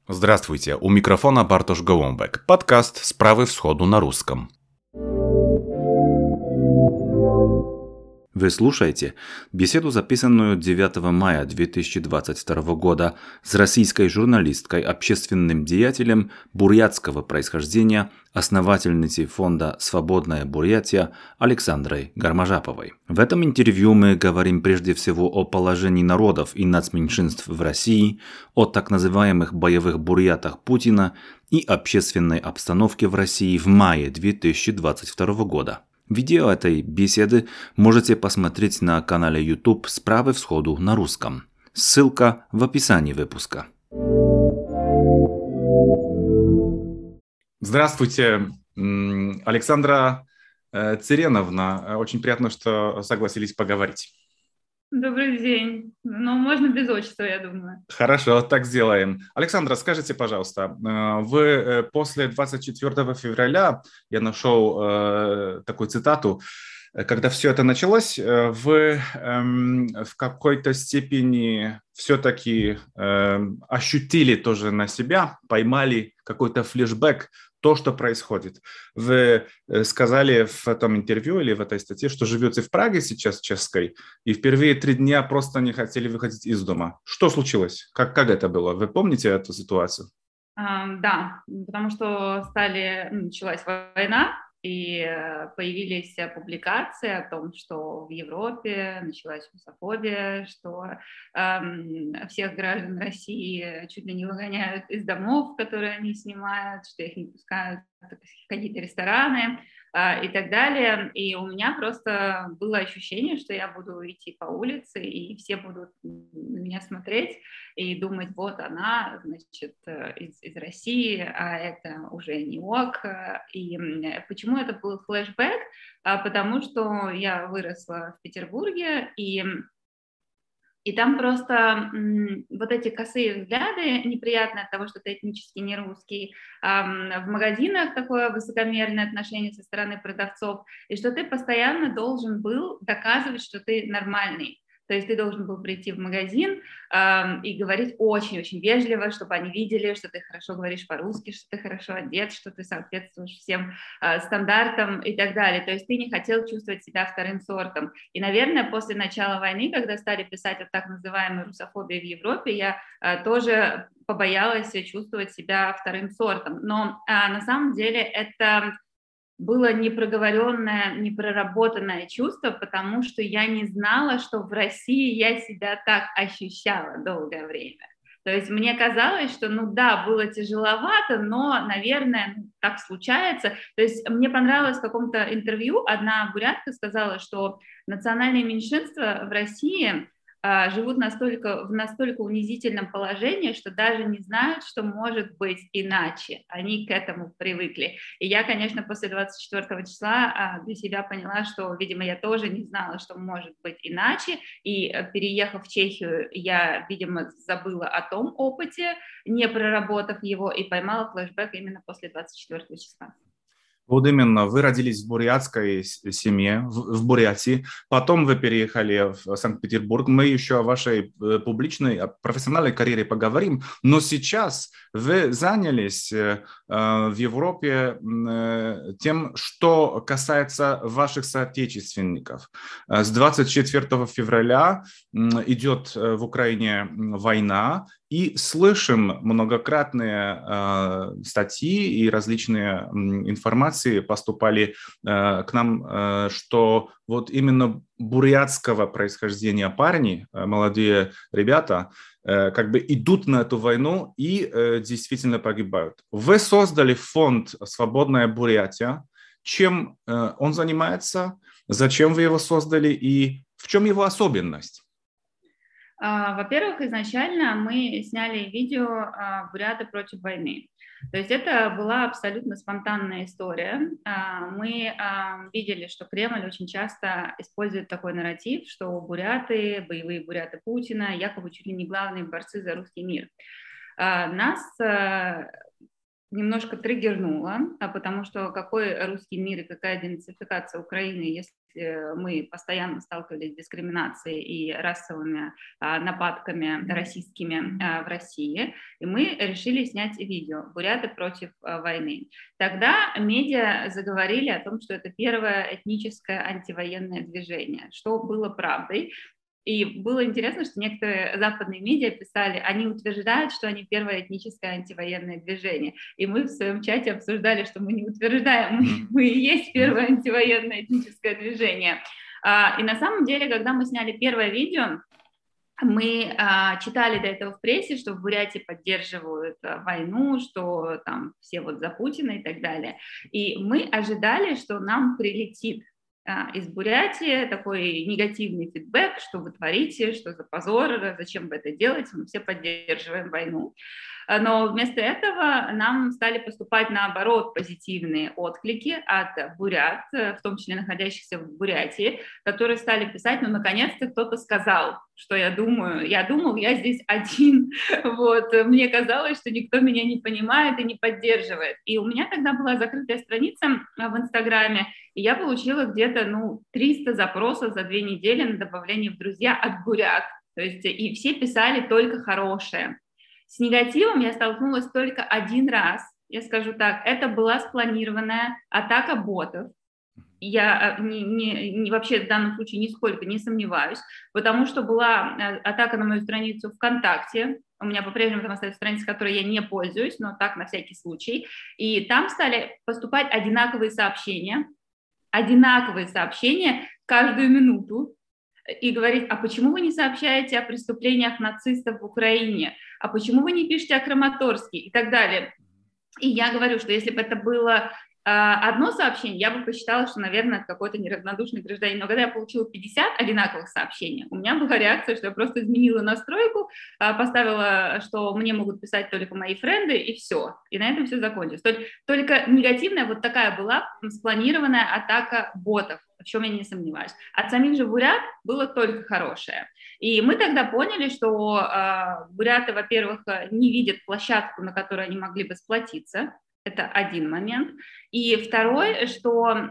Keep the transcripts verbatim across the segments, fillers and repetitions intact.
Здравствуйте, у микрофона Бартош Голомбек. Подкаст «Справы всходу» на русском. Вы слушаете беседу, записанную девятого мая две тысячи двадцать второго года с российской журналисткой, общественным деятелем бурятского происхождения, основательницей фонда «Свободная Бурятия» Александрой Гармажаповой. В этом интервью мы говорим прежде всего о положении народов и нацменьшинств в России, о так называемых боевых бурятах Путина и общественной обстановке в России в мае две тысячи двадцать второго года. Видео этой беседы можете посмотреть на канале YouTube «Справы всходу» на русском. Ссылка в описании выпуска. Здравствуйте, Александра Цыреновна. Очень приятно, что согласились поговорить. Добрый день. Ну, можно без отчества, я думаю. Хорошо, так сделаем. Александра, скажите, пожалуйста, вы после двадцать четвёртого февраля, я нашел э, такую цитату, когда все это началось, вы эм, в какой-то степени все-таки эм, ощутили тоже на себя, поймали какой-то флешбэк, то, что происходит. Вы сказали в этом интервью или в этой статье, что живете в Праге сейчас, чешской, и впервые три дня просто не хотели выходить из дома. Что случилось? Как, как это было? Вы помните эту ситуацию? А, да, потому что стали, началась война, и появились публикации о том, что в Европе началась русофобия, что э, всех граждан России чуть ли не выгоняют из домов, которые они снимают, что их не пускают в какие-то рестораны э, и так далее. И у меня просто было ощущение, что я буду идти по улице, и все будут на меня смотреть и думать, вот она, значит, из, из России, а это уже не ок. И почему это был флешбэк? Потому что я выросла в Петербурге, и И там просто м, вот эти косые взгляды, неприятные от того, что ты этнически не русский, эм, в магазинах такое высокомерное отношение со стороны продавцов, и что ты постоянно должен был доказывать, что ты нормальный. То есть ты должен был прийти в магазин эм, и говорить очень-очень вежливо, чтобы они видели, что ты хорошо говоришь по-русски, что ты хорошо одет, что ты соответствуешь всем э, стандартам и так далее. То есть ты не хотел чувствовать себя вторым сортом. И, наверное, после начала войны, когда стали писать о так называемой русофобии в Европе, я э, тоже побоялась чувствовать себя вторым сортом. Но э, на самом деле это было непроговоренное, непроработанное чувство, потому что я не знала, что в России я себя так ощущала долгое время. То есть мне казалось, что, ну да, было тяжеловато, но, наверное, так случается. То есть мне понравилось в каком-то интервью, одна бурятка сказала, что национальные меньшинства в России а, живут настолько, в настолько унизительном положении, что даже не знают, что может быть иначе. Они к этому привыкли. И я, конечно, после двадцать четвёртого числа а, для себя поняла, что, видимо, я тоже не знала, что может быть иначе. И переехав в Чехию, я, видимо, забыла о том опыте, не проработав его, и поймала флешбэк именно после двадцать четвёртого числа. Вот именно, вы родились в бурятской семье, в, в Бурятии, потом вы переехали в Санкт-Петербург. Мы еще о вашей э, публичной, о профессиональной карьере поговорим, но сейчас вы занялись э, в Европе э, тем, что касается ваших соотечественников. С двадцать четвёртого февраля э, идет в Украине война, и слышим многократные э, статьи и различные э, информации поступали э, к нам, э, что вот именно бурятского происхождения парни, э, молодые ребята, э, как бы идут на эту войну и э, действительно погибают. Вы создали фонд «Свободная Бурятия». Чем э, он занимается? Зачем вы его создали? И в чем его особенность? Во-первых, изначально мы сняли видео «Буряты против войны». То есть это была абсолютно спонтанная история. Мы видели, что Кремль очень часто использует такой нарратив, что буряты, боевые буряты Путина, якобы чуть ли не главные борцы за русский мир. Нас немножко триггернуло, а потому что какой русский мир и какая денацификация Украины, если мы постоянно сталкивались с дискриминацией и расовыми а, нападками расистскими а, в России, и мы решили снять видео «Буряты против а, войны». Тогда медиа заговорили о том, что это первое этническое антивоенное движение, что было правдой. И было интересно, что некоторые западные медиа писали, они утверждают, что они первое этническое антивоенное движение. И мы в своем чате обсуждали, что мы не утверждаем, мы, мы и есть первое антивоенное этническое движение. А, и на самом деле, когда мы сняли первое видео, мы а, читали до этого в прессе, что в Бурятии поддерживают а, войну, что там все вот за Путина и так далее. И мы ожидали, что нам прилетит из Бурятии такой негативный фидбэк, что вы творите, что за позор, зачем вы это делаете, мы все поддерживаем войну. Но вместо этого нам стали поступать, наоборот, позитивные отклики от бурят, в том числе находящихся в Бурятии, которые стали писать, ну, наконец-то кто-то сказал, что я думаю. Я думал, я здесь один. Вот. Мне казалось, что никто меня не понимает и не поддерживает. И у меня тогда была закрытая страница в Инстаграме, и я получила где-то, ну, триста запросов за две недели на добавление в друзья от бурят. То есть, и все писали только хорошее. С негативом я столкнулась только один раз, я скажу так, это была спланированная атака ботов. Я не, не, не, вообще в данном случае нисколько не сомневаюсь, потому что была атака на мою страницу ВКонтакте, у меня по-прежнему там остается страница, которой я не пользуюсь, но так на всякий случай, и там стали поступать одинаковые сообщения, одинаковые сообщения каждую минуту, и говорить, а почему вы не сообщаете о преступлениях нацистов в Украине, а почему вы не пишете о Краматорске и так далее. И я говорю, что если бы это было одно сообщение, я бы посчитала, что, наверное, это какой-то неравнодушный гражданин. Но когда я получила пятьдесят одинаковых сообщений, у меня была реакция, что я просто изменила настройку, поставила, что мне могут писать только мои френды, и все. И на этом все закончилось. Только негативная вот такая была спланированная атака ботов, в чем я не сомневаюсь. От самих же бурят было только хорошее. И мы тогда поняли, что э, буряты, во-первых, не видят площадку, на которой они могли бы сплотиться. Это один момент. И второй, что э,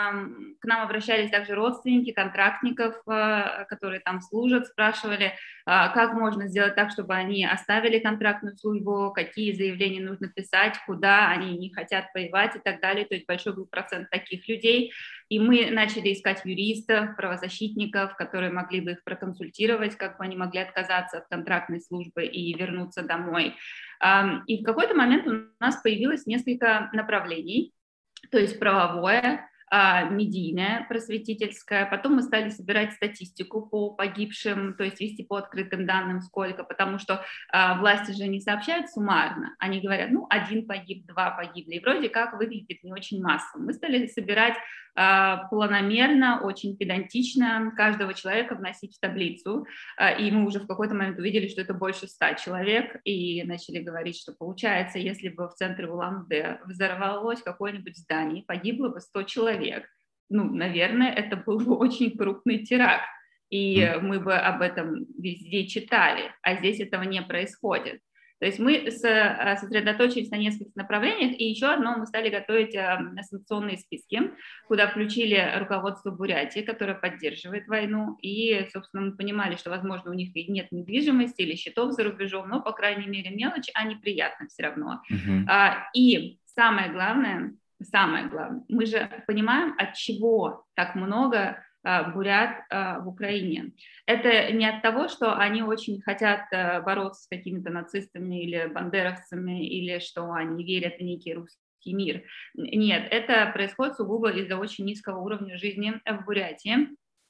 к нам обращались также родственники контрактников, э, которые там служат, спрашивали, э, как можно сделать так, чтобы они оставили контрактную службу, какие заявления нужно писать, куда они не хотят воевать и так далее. То есть большой был процент таких людей. И мы начали искать юристов, правозащитников, которые могли бы их проконсультировать, как бы они могли отказаться от контрактной службы и вернуться домой. И в какой-то момент у нас появилось несколько направлений, то есть правовое, медийное, просветительское. Потом мы стали собирать статистику по погибшим, то есть вести по открытым данным сколько, потому что а, власти же не сообщают суммарно. Они говорят, ну, один погиб, два погибли, и вроде как выглядит не очень массово. Мы стали собирать а, планомерно, очень педантично каждого человека вносить в таблицу, а, и мы уже в какой-то момент увидели, что это больше ста человек, и начали говорить, что получается, если бы в центре Улан-Удэ взорвалось какое-нибудь здание, погибло бы сто человек, ну, наверное, это был бы очень крупный теракт, и мы бы об этом везде читали, а здесь этого не происходит. То есть мы сосредоточились на нескольких направлениях, и еще одно, мы стали готовить санкционные списки, куда включили руководство Бурятии, которое поддерживает войну, и, собственно, мы понимали, что, возможно, у них нет недвижимости или счетов за рубежом, но, по крайней мере, мелочь, а неприятно все равно. Uh-huh. И самое главное, самое главное, мы же понимаем, от чего так много бурят в Украине. Это не от того, что они очень хотят бороться с какими-то нацистами или бандеровцами, или что они верят в некий русский мир. Нет, это происходит сугубо из-за очень низкого уровня жизни в Бурятии,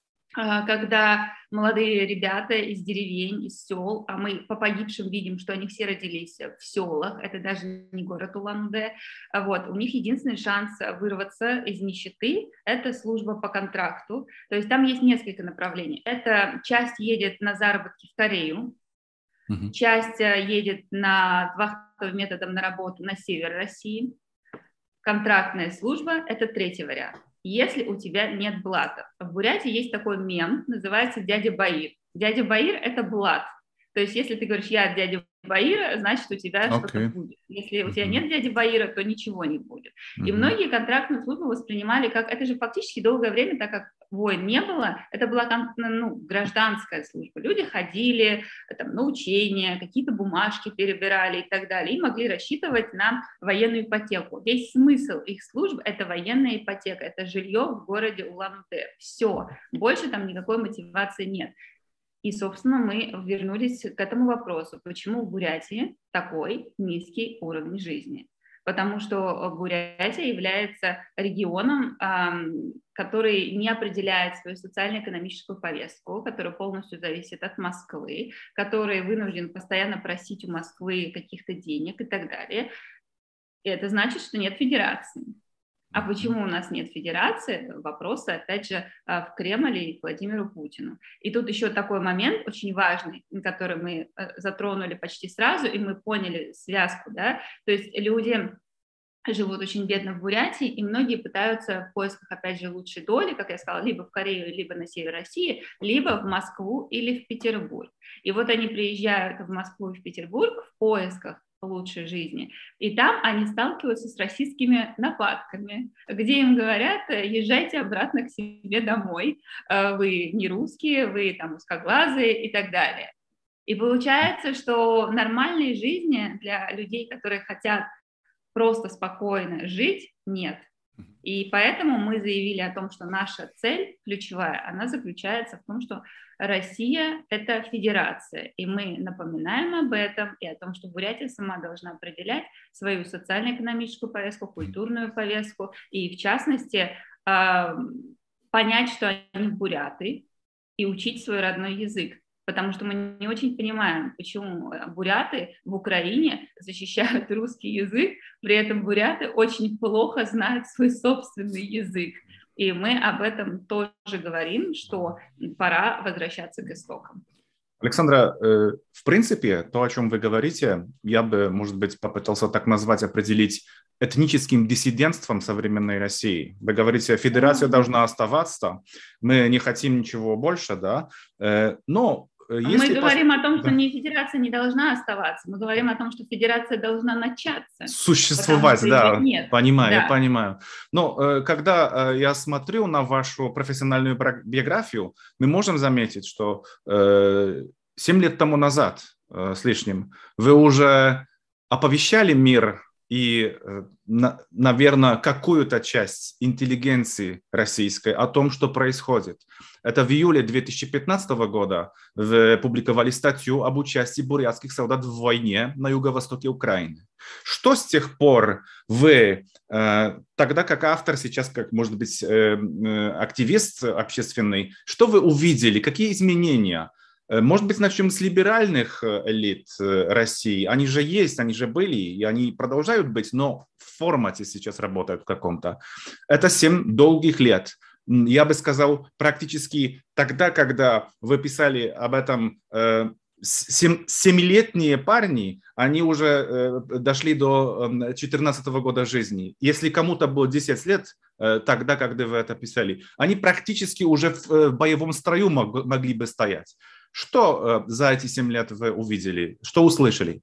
когда молодые ребята из деревень, из сел, а мы по погибшим видим, что они все родились в селах, это даже не город Улан-Удэ, вот, у них единственный шанс вырваться из нищеты – это служба по контракту, то есть там есть несколько направлений. Это часть едет на заработки в Корею, uh-huh. часть едет на вахтовым методом на работу на север России, контрактная служба – это третий вариант. Если у тебя нет блата. В Бурятии есть такой мем, называется «Дядя Баир». Дядя Баир – это блат. То есть если ты говоришь «я дядя Баира», значит, у тебя Okay. что-то будет. Если у тебя Mm-hmm. нет дяди Баира, то ничего не будет. Mm-hmm. И многие контрактную службу воспринимали как... Это же фактически долгое время, так как войн не было, это была ну, гражданская служба. Люди ходили там, на учения, какие-то бумажки перебирали и так далее, и могли рассчитывать на военную ипотеку. Весь смысл их служб – это военная ипотека, это жилье в городе Улан-Удэ. Все, больше там никакой мотивации нет. И, собственно, мы вернулись к этому вопросу, почему в Бурятии такой низкий уровень жизни. Потому что Бурятия является регионом, который не определяет свою социально-экономическую повестку, который полностью зависит от Москвы, который вынужден постоянно просить у Москвы каких-то денег и так далее. И это значит, что нет федерации. А почему у нас нет федерации? Вопросы, опять же, в Кремль и к Владимиру Путину. И тут еще такой момент очень важный, который мы затронули почти сразу, и мы поняли связку, да, то есть люди живут очень бедно в Бурятии, и многие пытаются в поисках, опять же, лучшей доли, как я сказала, либо в Корею, либо на север России, либо в Москву или в Петербург. И вот они приезжают в Москву и в Петербург в поисках лучшей жизни. И там они сталкиваются с российскими нападками, где им говорят: езжайте обратно к себе домой, вы не русские, вы там узкоглазые и так далее. И получается, что нормальной жизни для людей, которые хотят просто спокойно жить, нет. И поэтому мы заявили о том, что наша цель ключевая, она заключается в том, что Россия – это федерация, и мы напоминаем об этом и о том, что Бурятия сама должна определять свою социально-экономическую повестку, культурную повестку, и в частности понять, что они буряты, и учить свой родной язык. Потому что мы не очень понимаем, почему буряты в Украине защищают русский язык, при этом буряты очень плохо знают свой собственный язык. И мы об этом тоже говорим, что пора возвращаться к истокам. Александра, в принципе, то, о чем вы говорите, я бы, может быть, попытался так назвать, определить этническим диссидентством современной России. Вы говорите, федерация mm-hmm. должна оставаться, мы не хотим ничего больше, да, но Если мы говорим пос... о том, что да. не федерация не должна оставаться, мы говорим о том, что федерация должна начаться. Существовать, да, нет. понимаю, да. я понимаю. Но когда я смотрю на вашу профессиональную биографию, мы можем заметить, что семь лет тому назад с лишним вы уже оповещали мир и, наверное, какую-то часть интеллигенции российской о том, что происходит. Это в июле две тысячи пятнадцатого года вы публиковали статью об участии бурятских солдат в войне на юго-востоке Украины. Что с тех пор вы, тогда как автор, сейчас как, может быть, активист общественный, что вы увидели, какие изменения? Может быть, начнем с либеральных элит России. Они же есть, они же были, и они продолжают быть, но в формате сейчас работают в каком-то. Это семь долгих лет. Я бы сказал, практически тогда, когда вы писали об этом, сем, семилетние парни, они уже дошли до четырнадцатого года жизни. Если кому-то было десять лет, тогда, когда вы это писали, они практически уже в боевом строю мог, могли бы стоять. Что за эти семь лет вы увидели? Что услышали?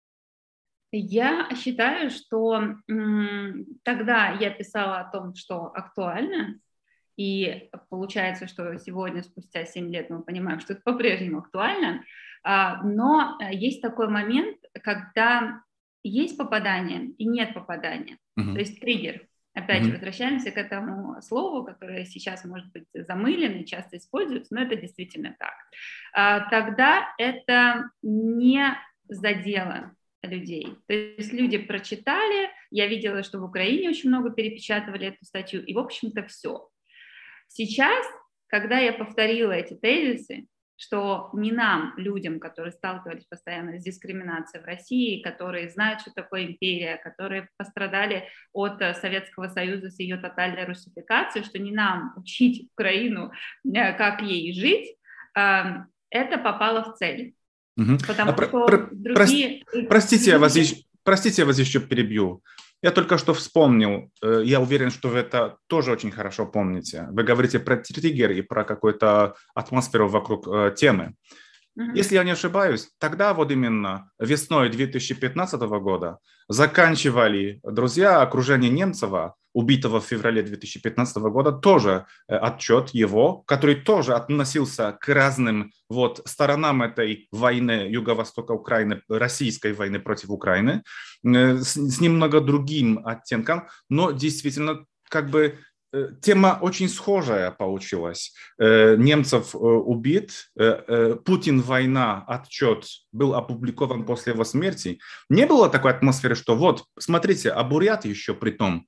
Я считаю, что м, тогда я писала о том, что актуально, и получается, что сегодня, спустя семь лет, мы понимаем, что это по-прежнему актуально, а, но есть такой момент, когда есть попадание и нет попадания, uh-huh. то есть триггер. Опять же, mm-hmm. возвращаемся к этому слову, которое сейчас, может быть, замылено и часто используется, но это действительно так. А, тогда это не задело людей. То есть люди прочитали, я видела, что в Украине очень много перепечатывали эту статью, и, в общем-то, все. Сейчас, когда я повторила эти тезисы, что не нам, людям, которые сталкивались постоянно с дискриминацией в России, которые знают, что такое империя, которые пострадали от Советского Союза с ее тотальной русификацией, что не нам учить Украину, как ей жить, это попало в цель. Угу. Потому а что про- другие... Про- простите, я вас еще, простите, я вас еще перебью. Я только что вспомнил, я уверен, что вы это тоже очень хорошо помните. Вы говорите про триггер и про какую-то атмосферу вокруг темы. Мгм. Если я не ошибаюсь, тогда вот именно весной две тысячи пятнадцатого года заканчивали друзья окружения Немцева, убитого в феврале две тысячи пятнадцатого года, тоже э, отчет его, который тоже относился к разным вот сторонам этой войны Юго-Востока Украины, российской войны против Украины, э, с, с немного другим оттенком, но действительно как бы э, тема очень схожая получилась. Э, Немцев э, убит, э, э, Путин война, отчет был опубликован после его смерти. Не было такой атмосферы, что вот, смотрите, а бурят еще при том.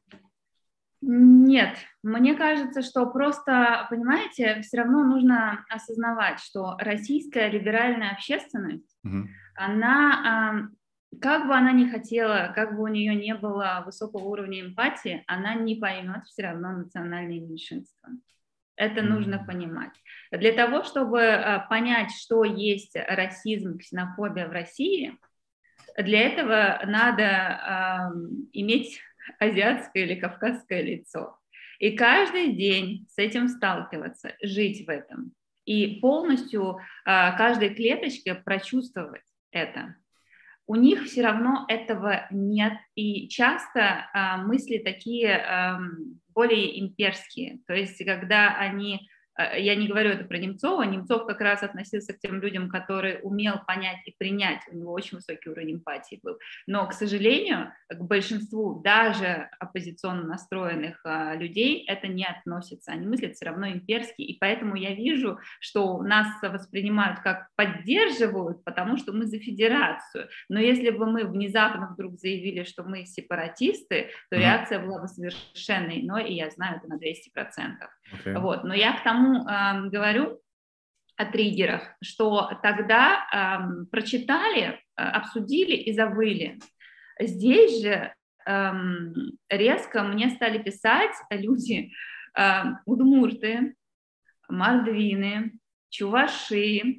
Нет, мне кажется, что просто, понимаете, все равно нужно осознавать, что российская либеральная общественность, Мгм. она, а, как бы она ни хотела, как бы у нее не было высокого уровня эмпатии, она не поймет все равно национальные меньшинства. Это нужно Мгм. понимать. Для того, чтобы а, понять, что есть расизм, ксенофобия в России, для этого надо а, иметь азиатское или кавказское лицо. И каждый день с этим сталкиваться, жить в этом. И полностью а, каждой клеточкой прочувствовать это. У них все равно этого нет. И часто а, мысли такие а, более имперские. То есть когда они... Я не говорю это про Немцова. Немцов как раз относился к тем людям, которые умел понять и принять. У него очень высокий уровень эмпатии был. Но, к сожалению, к большинству даже оппозиционно настроенных а, людей это не относится. Они мыслят все равно имперски. И поэтому я вижу, что нас воспринимают как поддерживают, потому что мы за федерацию. Но если бы мы внезапно вдруг заявили, что мы сепаратисты, то Мгм. реакция была бы совершенно иной, и я знаю это на двести процентов. Окей. Вот. Но я к тому э, говорю о триггерах, что тогда э, прочитали, э, обсудили и забыли. Здесь же э, резко мне стали писать люди э, удмурты, мордвины, чуваши,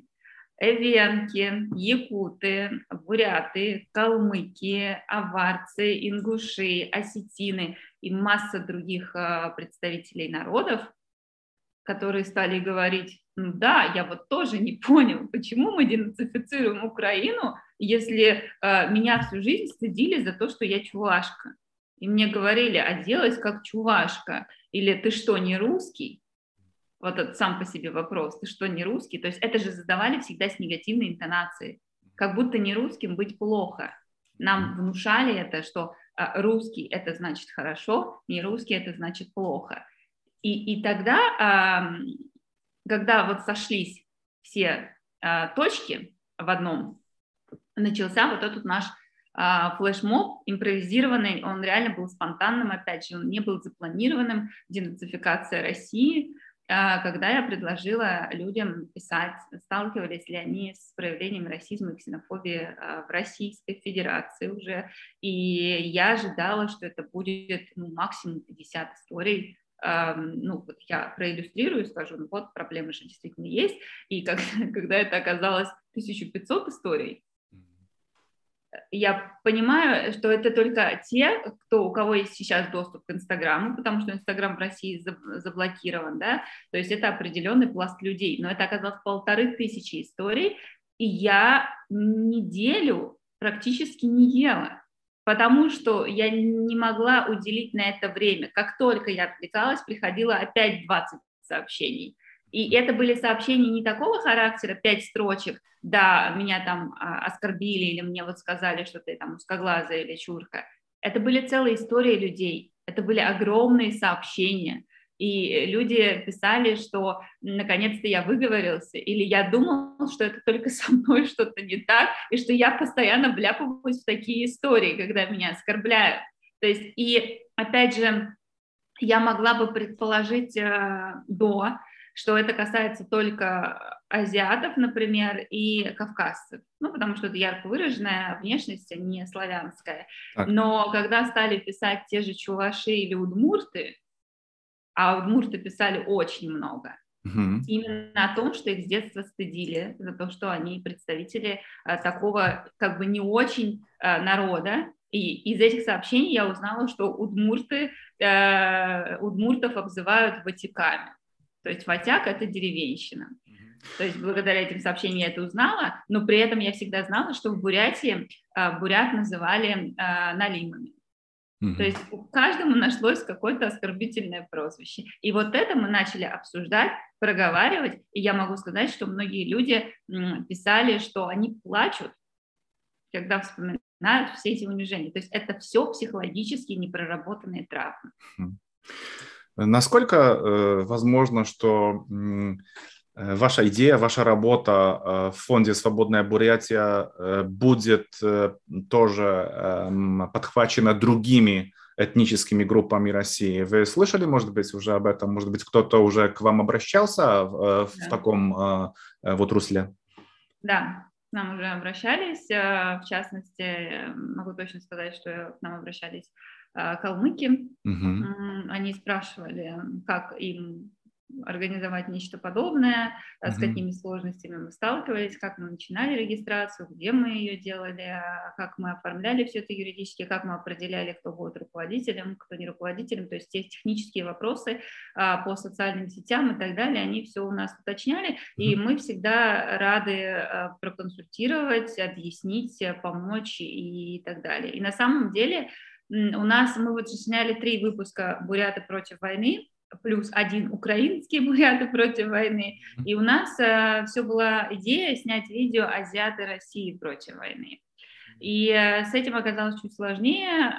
эвенки, якуты, буряты, калмыки, аварцы, ингуши, осетины и масса других э, представителей народов, которые стали говорить: ну да, я вот тоже не понял, почему мы денацифицируем Украину, если э, меня всю жизнь стыдили за то, что я чувашка. И мне говорили: а делать как чувашка, или ты что, не русский? Вот этот сам по себе вопрос, ты что, не русский? То есть это же задавали всегда с негативной интонацией, как будто не русским быть плохо. Нам внушали это, что а, русский это значит хорошо, не русский это значит плохо. И, и тогда, а, когда вот сошлись все а, точки в одном, начался вот этот наш а, флешмоб импровизированный, он реально был спонтанным, опять же, он не был запланированным, денацификация России, а, когда я предложила людям писать, сталкивались ли они с проявлением расизма и ксенофобии а, в Российской Федерации уже, и я ожидала, что это будет ну, максимум пятьдесят историй. Ну, вот я проиллюстрирую, скажу, ну вот, проблемы же действительно есть, и как, когда это оказалось тысяча пятьсот историй, я понимаю, что это только те, кто, у кого есть сейчас доступ к Инстаграму, потому что Инстаграм в России заблокирован, да, то есть это определенный пласт людей, но это оказалось полторы тысячи историй, и я неделю практически не ела, потому что я не могла уделить на это время. Как только я отвлекалась, приходило опять двадцать сообщений. И это были сообщения не такого характера, пять строчек, да, меня там а, оскорбили, или мне вот сказали, что ты там узкоглазая или чурка. Это были целые истории людей, это были огромные сообщения. И люди писали, что наконец-то я выговорился, или я думал, что это только со мной что-то не так, и что я постоянно вляпываюсь в такие истории, когда меня оскорбляют. То есть, и опять же, я могла бы предположить э, до, что это касается только азиатов, например, и кавказцев, ну, потому что это ярко выраженная внешность, а не славянская. Так. Но когда стали писать те же чуваши или удмурты, а удмурты писали очень много, Мгм. именно о том, что их с детства стыдили за то, что они представители а, такого как бы не очень а, народа. И из этих сообщений я узнала, что удмурты, э, удмуртов обзывают ватиками. То есть ватяк – это деревенщина. То есть благодаря этим сообщениям я это узнала, но при этом я всегда знала, что в Бурятии а, бурят называли а, налимами. То есть у каждому нашлось какое-то оскорбительное прозвище. И вот это мы начали обсуждать, проговаривать. И я могу сказать, что многие люди м, писали, что они плачут, когда вспоминают все эти унижения. То есть это все психологически непроработанные травмы. Насколько э, возможно, что м, ваша идея, ваша работа э, в фонде «Свободная Бурятия» э, будет э, тоже э, подхвачена другими этническими группами России? Вы слышали, может быть, уже об этом? Может быть, кто-то уже к вам обращался в, в Да. таком э, вот русле? Да, к нам уже обращались. В частности, могу точно сказать, что к нам обращались калмыки. Угу. Они спрашивали, как им организовать нечто подобное, Угу. с какими сложностями мы сталкивались, как мы начинали регистрацию, где мы ее делали, как мы оформляли все это юридически, как мы определяли, кто будет руководителем, кто не руководителем, то есть те технические вопросы а, по социальным сетям и так далее, они все у нас уточняли, mm-hmm. и мы всегда рады а, проконсультировать, объяснить, помочь и так далее. И на самом деле у нас, мы вот сняли три выпуска «Буряты против войны», плюс один украинский «Буряты против войны». И у нас э, все была идея снять видео «Азиаты России против войны». И э, с этим оказалось чуть сложнее,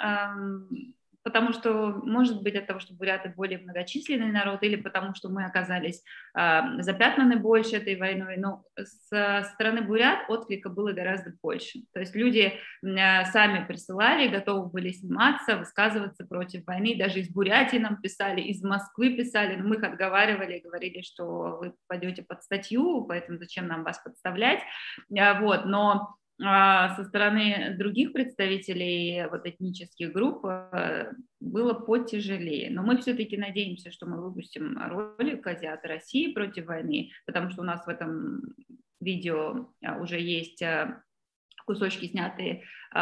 э, потому что, может быть, от того, что буряты более многочисленный народ, или потому что мы оказались э, запятнаны больше этой войной, но со стороны бурят отклика было гораздо больше. То есть люди э, сами присылали, готовы были сниматься, высказываться против войны, даже из Бурятии нам писали, из Москвы писали, но мы их отговаривали, говорили, что вы попадете под статью, поэтому зачем нам вас подставлять, э, вот, но со стороны других представителей вот, этнических групп было потяжелее. Но мы все-таки надеемся, что мы выпустим ролик «Азиаты России против войны», потому что у нас в этом видео уже есть кусочки, снятые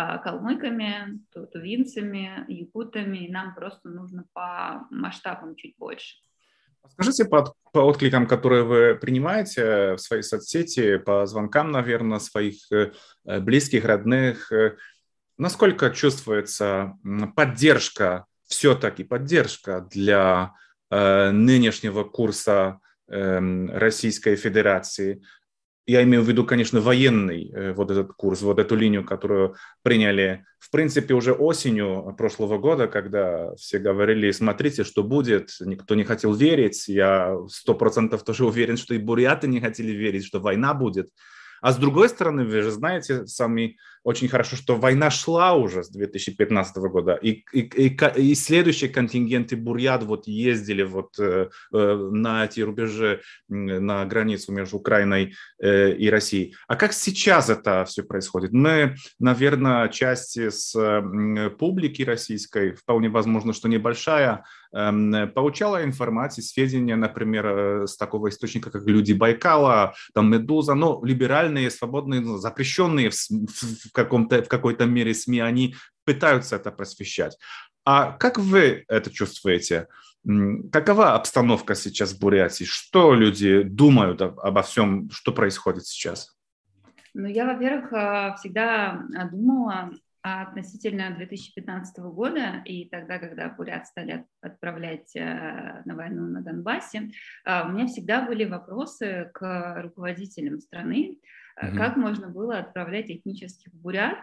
калмыками, тувинцами, якутами, и нам просто нужно по масштабам чуть больше. Скажите по, по откликам, которые вы принимаете в своей соцсети, по звонкам, наверное, своих близких, родных, насколько чувствуется поддержка, все-таки поддержка для э, нынешнего курса э, Российской Федерации? Я имею в виду, конечно, военный э, вот этот курс, вот эту линию, которую приняли, в принципе, уже осенью прошлого года, когда все говорили, смотрите, что будет, никто не хотел верить. Я сто процентов тоже уверен, что и буряты не хотели верить, что война будет. А с другой стороны, вы же знаете сами очень хорошо, что война шла уже с две тысячи пятнадцатого года, и, и, и, и следующие контингенты бурят вот ездили вот э, на эти рубежи, на границу между Украиной э, и Россией. А как сейчас это все происходит? Мы, наверное, часть с э, публики российской, вполне возможно, что небольшая, э, получала информацию, сведения, например, э, с такого источника, как «Люди Байкала», там «Медуза», ну, либеральные, свободные, ну, запрещенные в, в, в, каком-то, в какой-то мере СМИ, они пытаются это просвещать. А как вы это чувствуете? Какова обстановка сейчас в Бурятии? Что люди думают обо всем, что происходит сейчас? Ну, я, во-первых, всегда думала относительно две тысячи пятнадцатого года и тогда, когда бурят стали отправлять на войну на Донбассе, у меня всегда были вопросы к руководителям страны, mm-hmm. как можно было отправлять этнических бурят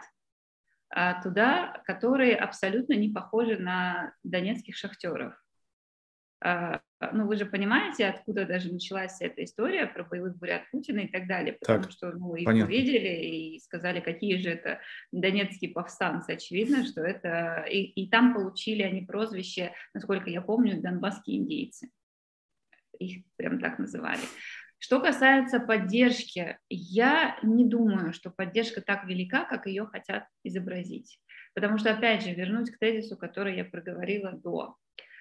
туда, которые абсолютно не похожи на донецких шахтеров. Ну, вы же понимаете, откуда даже началась эта история про боевых бурят Путина и так далее, потому так, что ну, их понятно. Увидели и сказали, какие же это донецкие повстанцы. Очевидно, что это... И, и там получили они прозвище, насколько я помню, донбасские индейцы. Их прям так называли. Что касается поддержки, я не думаю, что поддержка так велика, как ее хотят изобразить. Потому что, опять же, вернусь к тезису, который я проговорила до.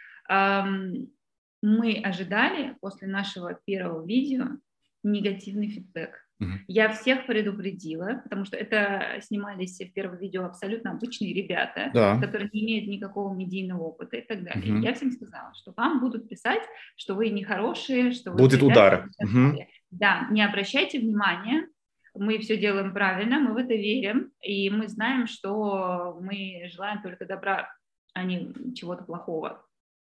Мы ожидали после нашего первого видео негативный фидбэк. Mm-hmm. Я всех предупредила, потому что это снимались в первом видео абсолютно обычные ребята, да. которые не имеют никакого медийного опыта и так далее. Mm-hmm. Я всем сказала, что вам будут писать, что вы нехорошие, что вы... Будет удар. Mm-hmm. Да, не обращайте внимания, мы все делаем правильно, мы в это верим, и мы знаем, что мы желаем только добра, а не чего-то плохого.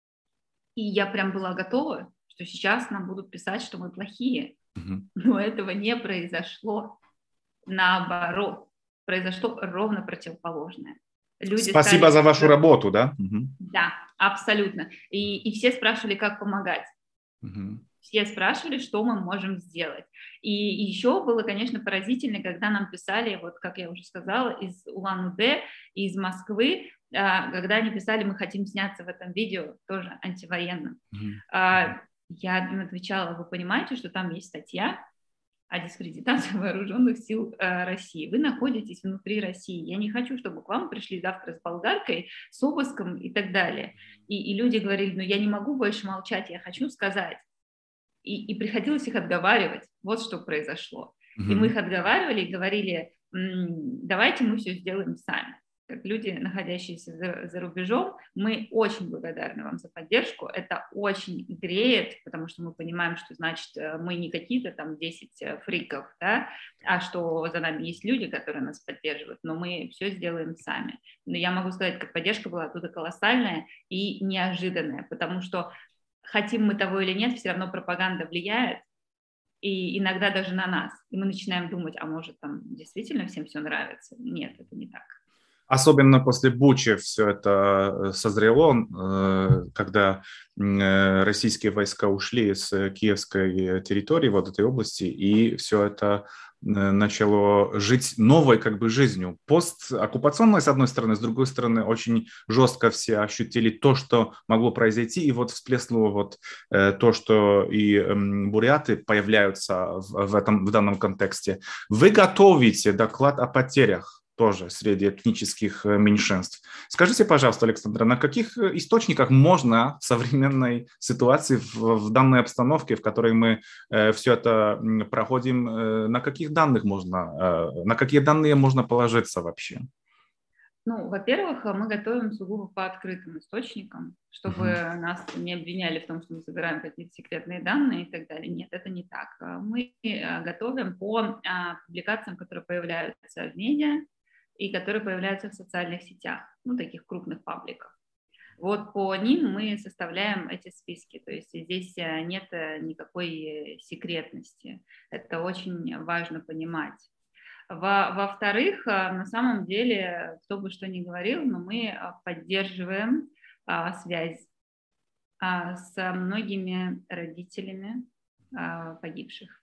И я прям была готова, что сейчас нам будут писать, что мы плохие, Мгм. но этого не произошло. Наоборот, произошло ровно противоположное. Люди Спасибо стали... за вашу работу, да? Мгм. Да, абсолютно. И, и все спрашивали, как помогать. Мгм. Все спрашивали, что мы можем сделать. И еще было, конечно, поразительно, когда нам писали, вот как я уже сказала, из Улан-Удэ, из Москвы, а, когда они писали, мы хотим сняться в этом видео, тоже антивоенном. Мгм. А, Я им отвечала, вы понимаете, что там есть статья о дискредитации вооруженных сил э, России. Вы находитесь внутри России. Я не хочу, чтобы к вам пришли завтра с болгаркой, с обыском и так далее. И, и люди говорили, ну я не могу больше молчать, я хочу сказать. И, и приходилось их отговаривать. Вот что произошло. И мы их Мгм. отговаривали и говорили, давайте мы все сделаем сами. Как люди, находящиеся за, за рубежом, мы очень благодарны вам за поддержку. Это очень греет, потому что мы понимаем, что значит мы не какие-то там десять фриков, да, а что за нами есть люди, которые нас поддерживают, но мы все сделаем сами. Но я могу сказать, как поддержка была оттуда колоссальная и неожиданная, потому что хотим мы того или нет, все равно пропаганда влияет, и иногда даже на нас. И мы начинаем думать, а может там действительно всем все нравится? Нет, это не так. Особенно после Бучи все это созрело, э, когда э, российские войска ушли с киевской территории, вот этой области, и все это э, начало жить новой как бы жизнью. Постоккупационной, с одной стороны, с другой стороны, очень жестко все ощутили то, что могло произойти, и вот всплеснуло вот э, то, что и э, буряты появляются в, в, этом, в данном контексте. Вы готовите доклад о потерях тоже среди этнических меньшинств. Скажите, пожалуйста, Александра, на каких источниках можно в современной ситуации, в, в данной обстановке, в которой мы э, все это проходим, э, на каких данных можно, э, на какие данные можно положиться вообще? Ну, во-первых, мы готовим сугубо по открытым источникам, чтобы Мгм. нас не обвиняли в том, что мы собираем какие-то секретные данные и так далее. Нет, это не так. Мы готовим по публикациям, которые появляются в медиа и которые появляются в социальных сетях, ну, таких крупных пабликах. Вот по ним мы составляем эти списки. То есть здесь нет никакой секретности. Это очень важно понимать. Во- Во-вторых, на самом деле, кто бы что ни говорил, но мы поддерживаем а, связь а, с многими родителями а, погибших.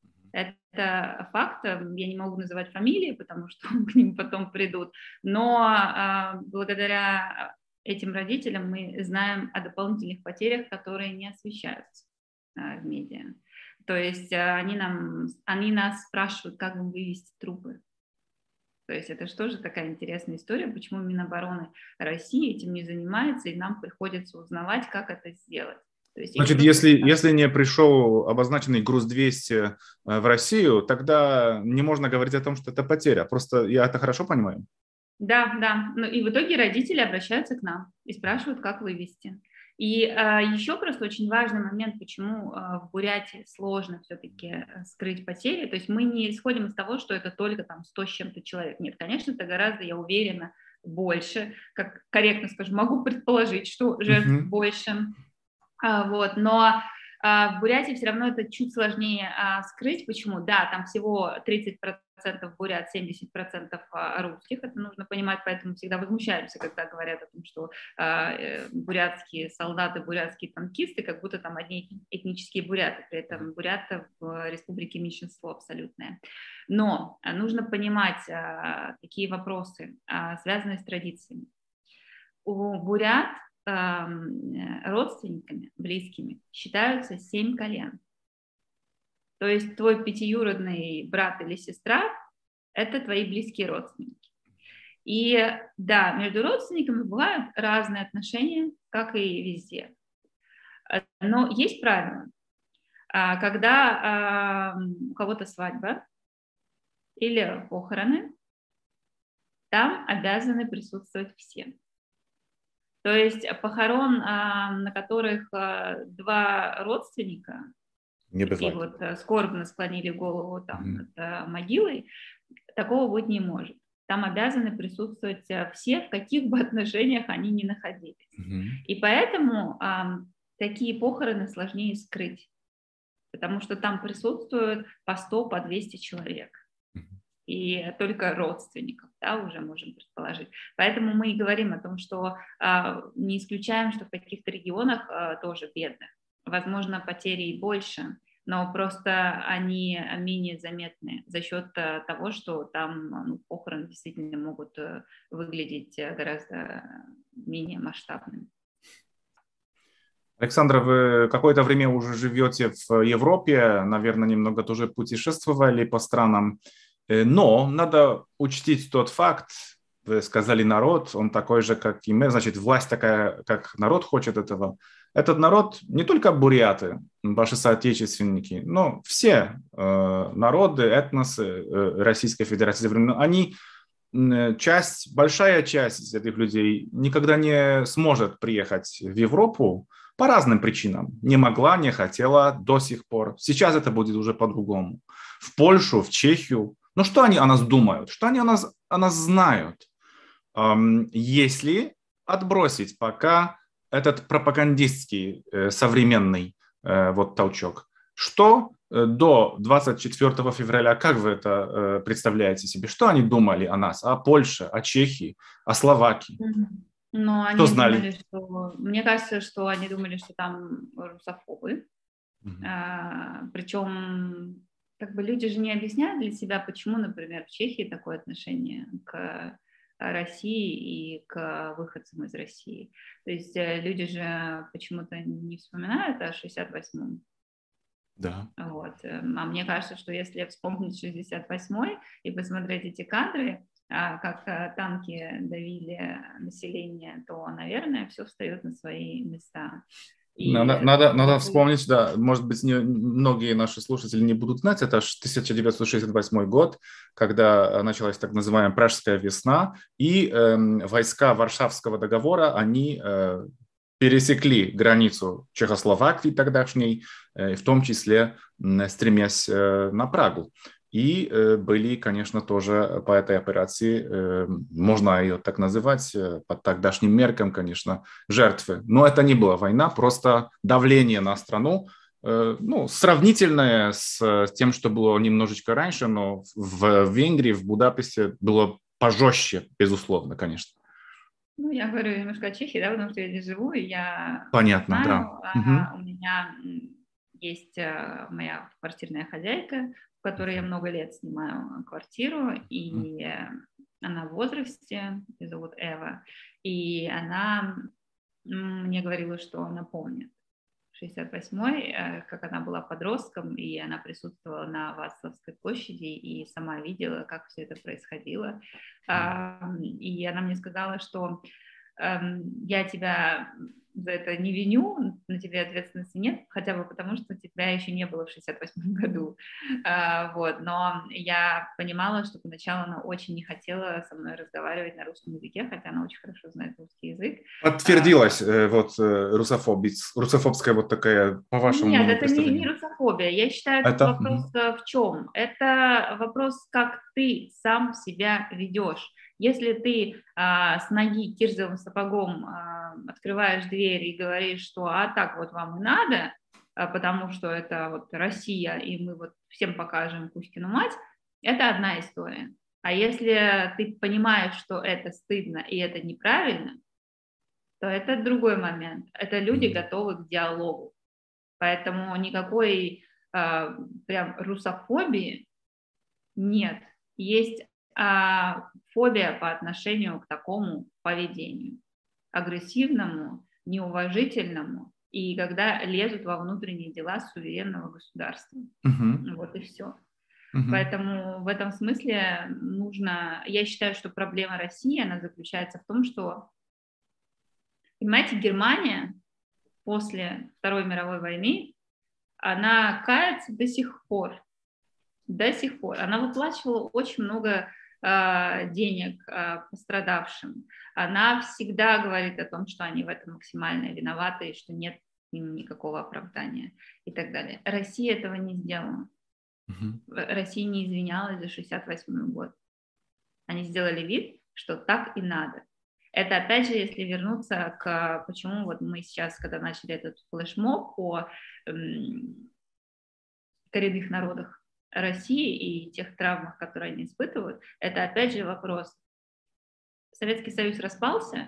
Это факт, я не могу называть фамилии, потому что к ним потом придут, но а, благодаря этим родителям мы знаем о дополнительных потерях, которые не освещаются а, в медиа. То есть а, они, нам, они нас спрашивают, как вам вывести трупы. То есть это же тоже такая интересная история, почему Минобороны России этим не занимается, и нам приходится узнавать, как это сделать. То есть их Значит, просто если, спрашивают. если не пришел обозначенный груз двести э, в Россию, тогда не можно говорить о том, что это потеря. Просто я это хорошо понимаю? Да, да. Ну, и в итоге родители обращаются к нам и спрашивают, как вывести. И а, еще просто очень важный момент, почему а, в Бурятии сложно все-таки скрыть потери. То есть мы не исходим из того, что это только там сто с чем-то человек. Нет, конечно, это гораздо, я уверена, больше. Как корректно скажу, могу предположить, что жертв Мгм. больше. А, вот, но а, в Бурятии все равно это чуть сложнее а, скрыть. Почему? Да, там всего тридцать процентов бурят, семьдесят процентов а, русских, это нужно понимать, поэтому всегда возмущаемся, когда говорят о том, что а, э, бурятские солдаты, бурятские танкисты, как будто там одни этнические буряты, при этом бурятов в республике меньшинство абсолютное. Но а, нужно понимать а, такие вопросы, а, связанные с традициями. У бурят родственниками, близкими считаются семь колен. То есть твой пятиюродный брат или сестра – это твои близкие родственники. И да, между родственниками бывают разные отношения, как и везде. Но есть правило. Когда у кого-то свадьба или похороны, там обязаны присутствовать все. То есть похорон, на которых два родственника, Не и бывает. вот скорбно склонили голову там Мгм. над могилой, такого быть не может. Там обязаны присутствовать все, в каких бы отношениях они ни находились. Мгм. И поэтому а, такие похороны сложнее скрыть, потому что там присутствуют по сто, по двести человек. Мгм. И только родственников, да, уже можем предположить. Поэтому мы и говорим о том, что а, не исключаем, что в каких-то регионах а, тоже бедных. Возможно, потери и больше, но просто они менее заметны за счет а, того, что там ну, похороны действительно могут а, выглядеть гораздо менее масштабными. Александра, вы какое-то время уже живете в Европе, наверное, немного тоже путешествовали по странам, Э, но надо учтить тот факт, вы сказали народ, он такой же, как и мы, значит, власть такая, как народ хочет этого. Этот народ не только буряты, ваши соотечественники, но все э, народы, этносы э, Российской Федерации, они м, часть, большая часть этих людей никогда не сможет приехать в Европу по разным причинам. Не могла, не хотела до сих пор. Сейчас это будет уже по-другому. В Польшу, в Чехию. Ну что они о нас думают? Что они о нас, о нас знают? Ам, Если отбросить пока этот пропагандистский э, современный э, вот толчок, что э, до двадцать четвёртого февраля, как вы это э, представляете себе? Что они думали о нас, о Польше, о Чехии, о Словакии? Мгм. Но Что они знали? думали, что... Мне кажется, что они думали, что там русофобы. Мгм. А, причем как бы люди же не объясняют для себя, почему, например, в Чехии такое отношение к России и к выходцам из России. То есть э, люди же почему-то не вспоминают о шестьдесят восьмом. Да. Вот. эм, А мне кажется, что если вспомнить шестьдесят восьмой и посмотреть эти кадры, а, как а, танки давили население, то, наверное, все встает на свои места. Надо, И надо, надо такой... вспомнить, да, может быть, не, многие наши слушатели не будут знать, это ж тысяча девятьсот шестьдесят восьмой год, когда началась так называемая Пражская весна, и эм, войска Варшавского договора, они э, пересекли границу Чехословакии тогдашней, э, в том числе м, стремясь э, на Прагу. И э, были, конечно, тоже по этой операции, э, можно ее так называть, э, по тогдашним меркам, конечно, жертвы. Но это не была война, просто давление на страну, э, ну, сравнительное с, с тем, что было немножечко раньше, но в Венгрии, в Будапеште было пожестче, безусловно, конечно. Ну, я говорю немножко о Чехии, да, потому что я здесь живу, и я Понятно, да. знаю, Мгм. а, у меня м, есть а, моя квартирная хозяйка, в которой я много лет снимаю квартиру, и э, она в возрасте, ее зовут Эва, и она м, мне говорила, что она помнит шестьдесят восьмой, э, как она была подростком, и она присутствовала на Вацлавской площади и сама видела, как все это происходило. А, И она мне сказала, что эм, я тебя за это не виню, на тебе ответственности нет, хотя бы потому, что тебя еще не было в шестьдесят восьмом году. А, вот. Но я понимала, что поначалу она очень не хотела со мной разговаривать на русском языке, хотя она очень хорошо знает русский язык. А, Подтвердилась э, вот э, русофобия, русофобская вот такая, по вашему Нет, мнению, это не, не представление. русофобия. Я считаю, тут Это? вопрос Мгм. э, в чем? Это вопрос, как ты сам себя ведешь. Если ты а, с ноги кирзовым сапогом а, открываешь дверь и говоришь, что а так вот вам и надо, а, потому что это вот Россия, и мы вот всем покажем Кузькину мать, это одна история. А если ты понимаешь, что это стыдно и это неправильно, то это другой момент. Это люди Мгм. готовы к диалогу. Поэтому никакой а, прям русофобии нет. Есть а, фобия по отношению к такому поведению. Агрессивному, неуважительному, и когда лезут во внутренние дела суверенного государства. Мгм. Вот и все. Мгм. Поэтому в этом смысле нужно... Я считаю, что проблема России, она заключается в том, что, понимаете, Германия после Второй мировой войны, она кается до сих пор. До сих пор. Она выплачивала очень много э, денег э, пострадавшим. Она всегда говорит о том, что они в этом максимально виноваты и что нет им никакого оправдания и так далее. Россия этого не сделала. Мгм. Россия не извинялась за шестьдесят восьмой год. Они сделали вид, что так и надо. Это опять же, если вернуться к почему вот мы сейчас, когда начали этот флешмоб о эм, коренных народах России и тех травмах, которые они испытывают, это опять же вопрос. Советский Союз распался,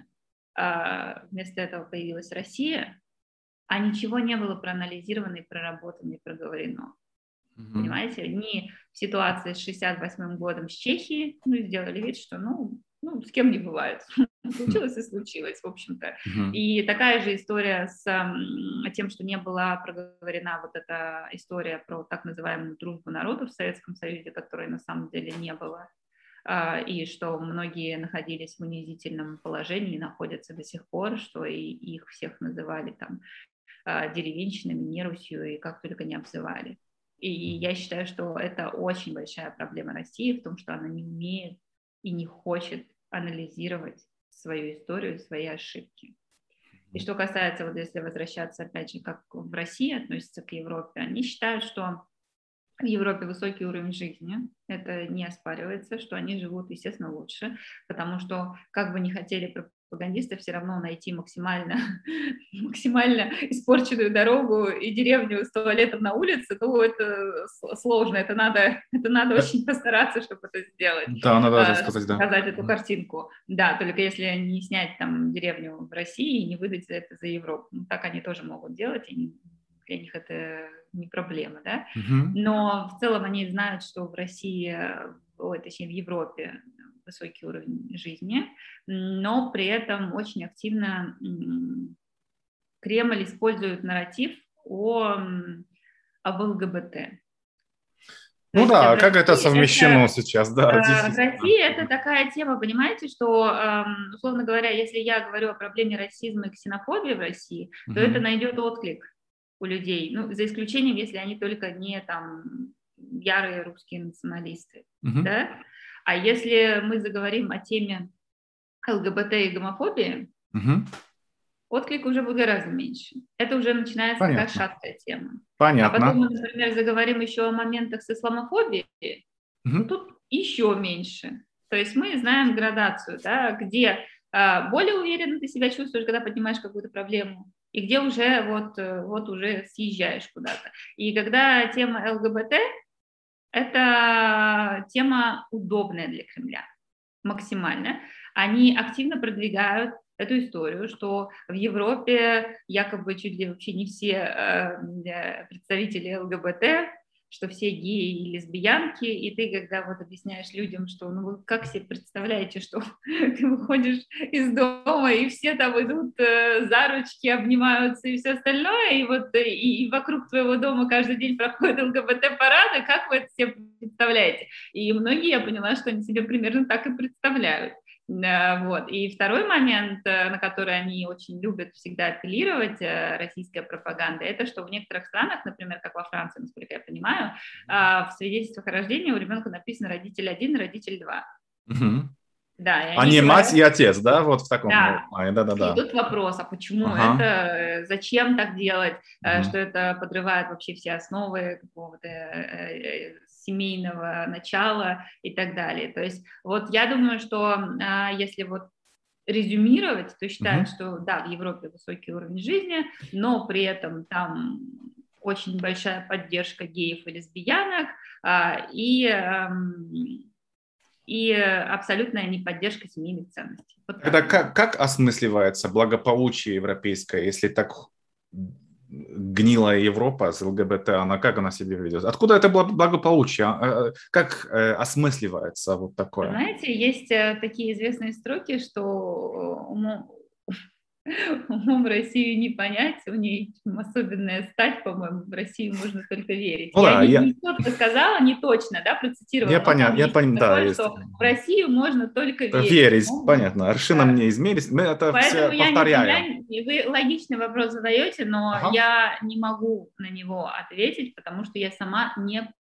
а вместо этого появилась Россия, а ничего не было проанализировано, и проработано, и проговорено. Мгм. Понимаете? Ни в ситуации с шестьдесят восьмым годом с Чехией, ну, сделали вид, что, ну, ну, с кем не бывает. Случилось и случилось, в общем-то. Мгм. И такая же история с м, тем, что не была проговорена вот эта история про так называемую дружбу народов в Советском Союзе, которой на самом деле не было, а, и что многие находились в унизительном положении, находятся до сих пор, что и их всех называли там а, деревенщинами, нерусью и как только не обзывали. И я считаю, что это очень большая проблема России в том, что она не умеет и не хочет анализировать свою историю, свои ошибки. И что касается, вот если возвращаться опять же, как в России относятся к Европе, они считают, что в Европе высокий уровень жизни, это не оспаривается, что они живут, естественно, лучше, потому что, как бы ни хотели пропагандисты, все равно найти максимально, максимально испорченную дорогу и деревню с туалетом на улице, ну, это сложно, это надо, это надо очень постараться, чтобы это сделать, Да, надо даже э, сказать, да. показать эту Мгм. картинку. Да, только если не снять там деревню в России и не выдать за это за Европу. Ну, так они тоже могут делать, и не- для них это не проблема, да. Мгм. Но в целом они знают, что в России, э, ой, точнее в Европе высокий уровень жизни, но при этом очень активно м, Кремль использует нарратив о, м, об ЛГБТ. То Ну есть э, в да, как это России совмещено это, сейчас, э, да, в действительно. России это такая тема, понимаете, что, эм, условно говоря, если я говорю о проблеме расизма и ксенофобии в России, то это Мгм. найдет отклик у людей, ну, за исключением, если они только не там ярые русские националисты, Мгм. да. А если мы заговорим о теме ЛГБТ и гомофобии, Мгм. отклик уже будет гораздо меньше. Это уже начинается такая Понятно. шаткая тема. А потом Понятно. мы, например, заговорим еще о моментах с исламофобией, ну, Мгм. тут еще меньше. То есть мы знаем градацию, да, где а, более уверенно ты себя чувствуешь, когда поднимаешь какую-то проблему, и где уже вот, э, вот уже съезжаешь куда-то. И когда тема ЛГБТ, это тема удобная для Кремля, максимально. Они активно продвигают эту историю, что в Европе якобы чуть ли вообще не все э, представители ЛГБТ, что все геи и лесбиянки, и ты, когда вот объясняешь людям, что ну вы как себе представляете, что ты выходишь из дома, и все там идут э, за ручки, обнимаются и все остальное, и вот э, и, и вокруг твоего дома каждый день проходят ЛГБТ-парады, как вы это себе представляете? И многие, я поняла, что они себе примерно так и представляют. Да, вот. И второй момент, э, на который они очень любят всегда апеллировать, э, российская пропаганда, это что в некоторых странах, например, как во Франции, насколько я понимаю, а, в свидетельствах о рождении у ребенка написано родитель один, родитель два. Мгм. Да, и А они не мать говорят, и отец, да, вот в таком да. плане, И да-да-да. тут вопрос, а почему это, Ага. э, зачем так делать, э, Мгм. что это подрывает вообще все основы какого-то э, э, семейного начала и так далее. То есть вот я думаю, что а, если вот резюмировать, то считают, Мгм. что да, в Европе высокий уровень жизни, но при этом там очень большая поддержка геев и лесбиянок а, и, эм, и абсолютная неподдержка семейных ценностей. Вот так Тогда я могу. как, как осмысливается благополучие европейское, если так гнилая Европа с ЛГБТ, она как она себя ведет? Откуда это бла- благополучие? А, э, Как э, осмысливается вот Вы такое? знаете, есть э, такие известные строки, что э, умом, умом Россию не понять, у нее особенная стать, по-моему, в Россию можно только верить. Ну Я да, не, я, не четко сказала, не точно, да, я процитировала, но понял, там я есть понял, да, такое, есть. что в Россию можно только верить. Верить, Умом, понятно. Аршином да. не измерить. Мы это все Поэтому я не, повторяем. я, вы логичный вопрос задаете, но Ага. я не могу на него ответить, потому что я сама не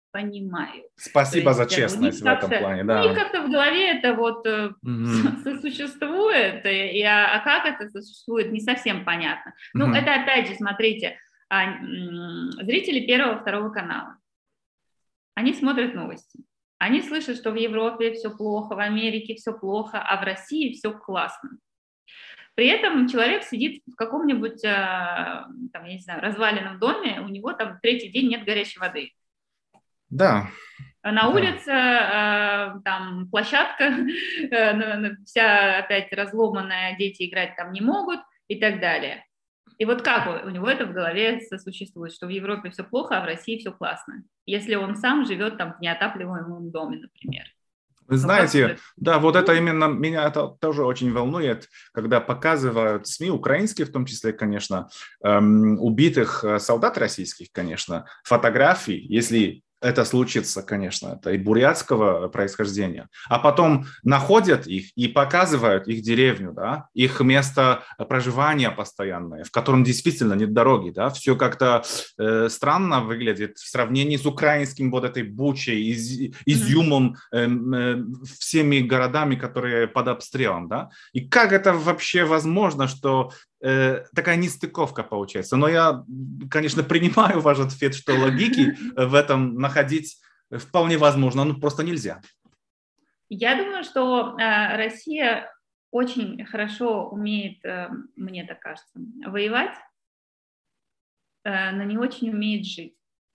понимаю. Спасибо за есть, честность в этом плане, да. У них да. как-то в голове это вот Мгм. сосуществует, и, а, а как это существует, не совсем понятно. Ну, Мгм. это опять же, смотрите, а, м, зрители Первого, Второго канала, они смотрят новости. Они слышат, что в Европе все плохо, в Америке все плохо, а в России все классно. При этом человек сидит в каком-нибудь, а, там, я не знаю, разваленном доме, у него там третий день нет горячей воды. Да. На Да. улице э, там площадка, э, вся опять разломанная, дети играть там не могут и так далее. И вот как у, у него это в голове существует, что в Европе все плохо, а в России все классно, если он сам живет там в неотапливаемом доме, например. Вы Ну как знаете, же? да, вот это именно меня это тоже очень волнует, когда показывают СМИ, украинские в том числе, конечно, эм, убитых э, солдат российских, конечно, фотографий, если это случится, конечно, это и бурятского происхождения, а потом находят их и показывают их деревню, да, их место проживания постоянное, в котором действительно нет дороги, да, все как-то э, странно выглядит в сравнении с украинским вот этой Бучей, из, Изюмом, э, э, всеми городами, которые под обстрелом, да, и как это вообще возможно, что э, такая нестыковка получается. Но я, конечно, принимаю ваш ответ, что логики в этом находить вполне возможно, ну просто нельзя. Я думаю, что э, Россия очень хорошо умеет, э, мне так кажется, воевать, э, но не очень умеет жить.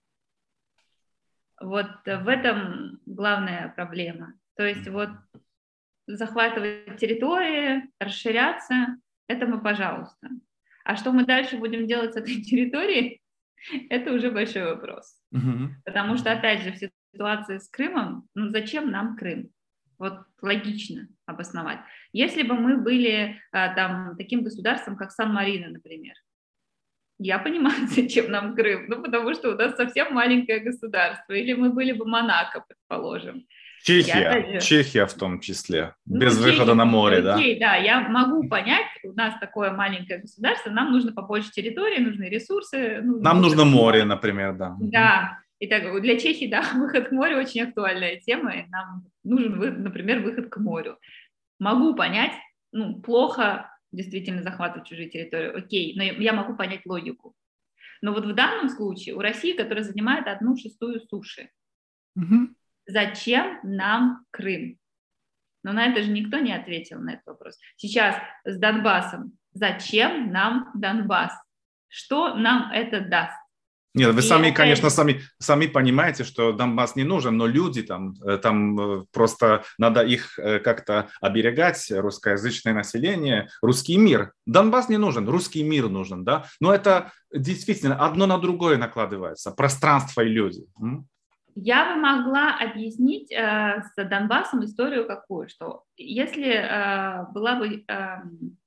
Вот в этом главная проблема. То есть вот захватывать территории, расширяться, это мы, пожалуйста. А что мы дальше будем делать с этой территорией, это уже большой вопрос. Угу. Потому что, опять же, в ситуации с Крымом, ну зачем нам Крым? Вот логично обосновать. Если бы мы были а, там таким государством, как Сан-Марино, например, я понимаю, зачем нам Крым, ну потому что у нас совсем маленькое государство, или мы были бы Монако, предположим. Я, Чехия, опять же, Чехия в том числе, ну, без выхода Чехия, на море, да? окей, да, я могу понять, у нас такое маленькое государство, нам нужно побольше территории, нужны ресурсы, нужен Нам выход нужно к море, морю. например, да. Да, и так, для Чехии, да, выход к морю очень актуальная тема, и нам нужен, например, выход к морю. Могу понять, ну, плохо действительно захватывать чужие территории, окей, но я могу понять логику. Но вот в данном случае у России, которая занимает одну шестую суши, Угу. зачем нам Крым? Но на это же никто не ответил, на этот вопрос. Сейчас с Донбассом. Зачем нам Донбасс? Что нам это даст? Нет, вы И сами, опять конечно, же, сами, сами понимаете, что Донбасс не нужен, но люди там, э, там э, просто надо их э, как-то оберегать, русскоязычное население, русский мир. Донбасс не нужен, русский мир нужен, да? Но это действительно одно на другое накладывается, пространство и люди. М? я бы могла объяснить э, с Донбассом историю какую, что если э, была бы э,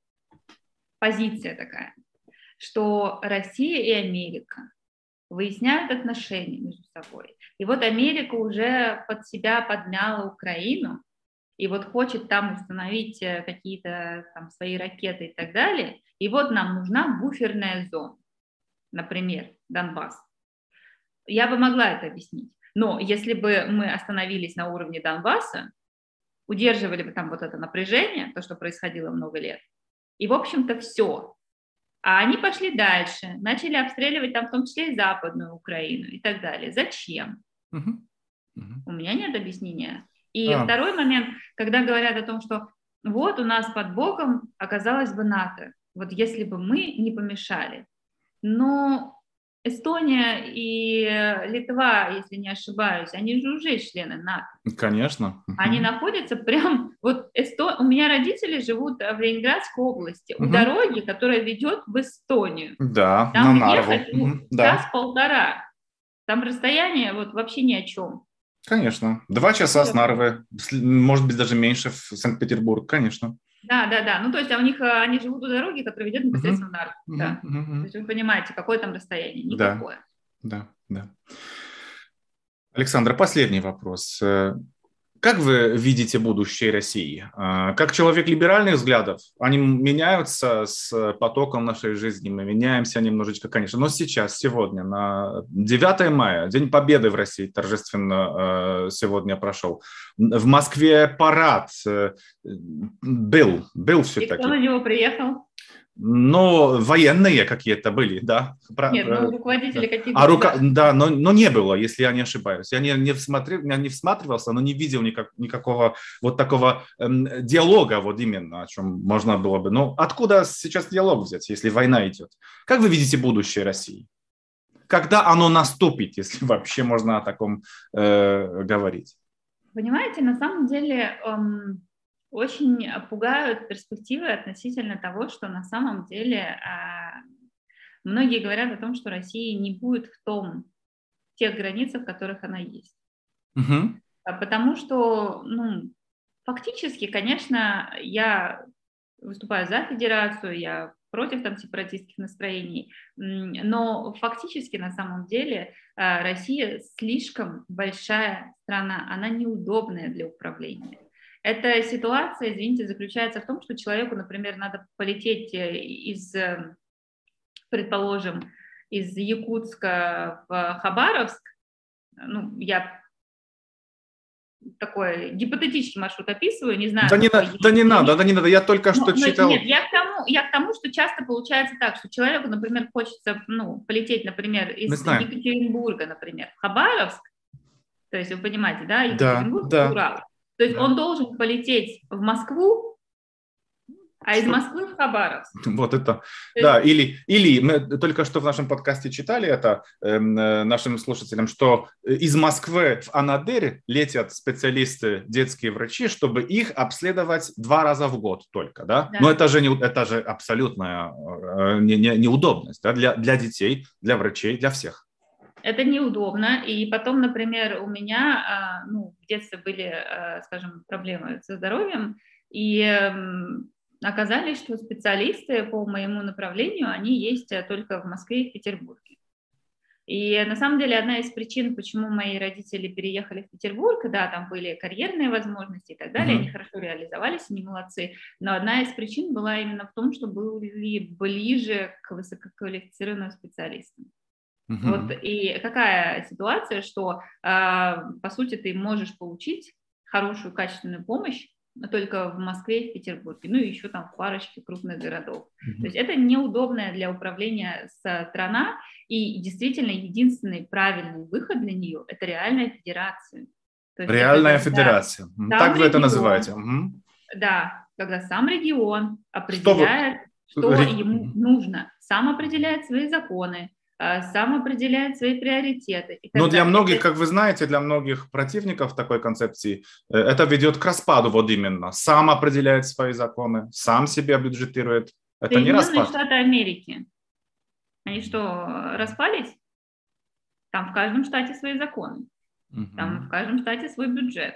позиция такая, что Россия и Америка выясняют отношения между собой, и вот Америка уже под себя подмяла Украину, и вот хочет там установить какие-то там свои ракеты и так далее, и вот нам нужна буферная зона, например, Донбасс. Я бы могла это объяснить. Но если бы мы остановились на уровне Донбасса, удерживали бы там вот это напряжение, то, что происходило много лет, и, в общем-то, все. А они пошли дальше, начали обстреливать там в том числе и Западную Украину и так далее. Зачем? Угу. Угу. У меня нет объяснения. И А. второй момент, когда говорят о том, что вот у нас под боком оказалось бы НАТО, вот если бы мы не помешали. Но Эстония и Литва, если не ошибаюсь, они же уже члены НАТО. Конечно. Они Угу. находятся прям... Вот Эсто... У меня родители живут в Ленинградской области, у Угу. дороги, которая ведет в Эстонию. Да, на Там Нарву. ехать Угу. ну, Да, час-полтора. Там расстояние вот вообще ни о чем. конечно. Два часа с Нарвы, может быть, даже меньше в Санкт-Петербург, конечно. Да, да, да. Ну, то есть а у них они живут у дороги, которая ведет Угу. непосредственно в Нарву. Угу. Да. Угу. То есть вы понимаете, какое там расстояние? Да, Никакое. да, да. Александра, последний вопрос. Как вы видите будущее России? А, Как человек либеральных взглядов, они меняются с потоком нашей жизни, мы меняемся немножечко, конечно, но сейчас, сегодня, на девятое мая, День Победы в России торжественно э, сегодня прошел. В Москве парад э, был, был И кто все-таки. на него приехал? Но военные какие-то были, да. Про- Нет, ну про- руководители да. каких А рука, государств? да, но, но не было, если я не ошибаюсь. Я не, не, всмотрел, я не всматривался, но не видел никак, никакого вот такого эм, диалога, вот именно, о чем можно было бы. Но откуда сейчас диалог взять, если война идет? Как вы видите будущее России? Когда оно наступит, если вообще можно о таком э, говорить? Понимаете, на самом деле эм, очень пугают перспективы относительно того, что на самом деле э, многие говорят о том, что Россия не будет в том, в тех границах, в которых она есть. Угу. А Потому что, ну, фактически, конечно, я выступаю за федерацию, я против там сепаратистских настроений, м, но фактически на самом деле э, Россия слишком большая страна, она неудобная для управления. Эта ситуация, извините, заключается в том, что человеку, например, надо полететь э, из, э, предположим, из Якутска в Хабаровск. Ну, я такой гипотетический маршрут описываю, не Да знаю, не, какой на- есть да не или надо, нет. да не надо. Я только Но, что но нет, читал. я к тому, я к тому, что часто получается так, что человеку, например, хочется, ну, полететь, например, Мы из знаем. Екатеринбурга, например, в Хабаровск, то есть вы понимаете, да, Да, Екатеринбург, да, Урал. То есть да. он должен полететь в Москву, а из Что? Москвы в Хабаровск. Вот это, То да, есть, или, или мы только что в нашем подкасте читали это эм, э, нашим слушателям, что из Москвы в Анадырь летят специалисты, детские врачи, чтобы их обследовать два раза в год только, да? Но да, это же, не, это же абсолютная э, не, не, неудобность, да? для, для детей, для врачей, для всех. это неудобно. И потом, например, у меня, а, ну, в детстве были, а, скажем, проблемы со здоровьем, и эм, оказалось, что специалисты по моему направлению, они есть э, только в Москве и в Петербурге. И на самом деле одна из причин, почему мои родители переехали в Петербург, да, там были карьерные возможности и так далее, они Мгм. хорошо реализовались, они молодцы, но одна из причин была именно в том, что были ближе к высококвалифицированным специалистам. Вот Мгм. и какая ситуация, что, э, по сути, ты можешь получить хорошую, качественную помощь но только в Москве и в Петербурге, ну и еще там в парочке крупных городов. То есть Мгм. это неудобная для управления страна, и действительно единственный правильный выход для нее – это реальная федерация. То есть это Реальная когда федерация. М, сам Так вы это называете. регион, Мгм. да, когда сам регион Что вы... определяет, что ре- ему нужно, сам определяет свои законы, э, сам определяет свои приоритеты и Но так для далее. многих, Это как вы знаете, для многих противников такой концепции э, это ведет к распаду вот именно. Сам определяет свои законы, сам себя бюджетирует. Это не Соединенные распад. Штаты Америки, они что, распались? Там в каждом штате свои законы, там в Мгм. каждом штате свой бюджет.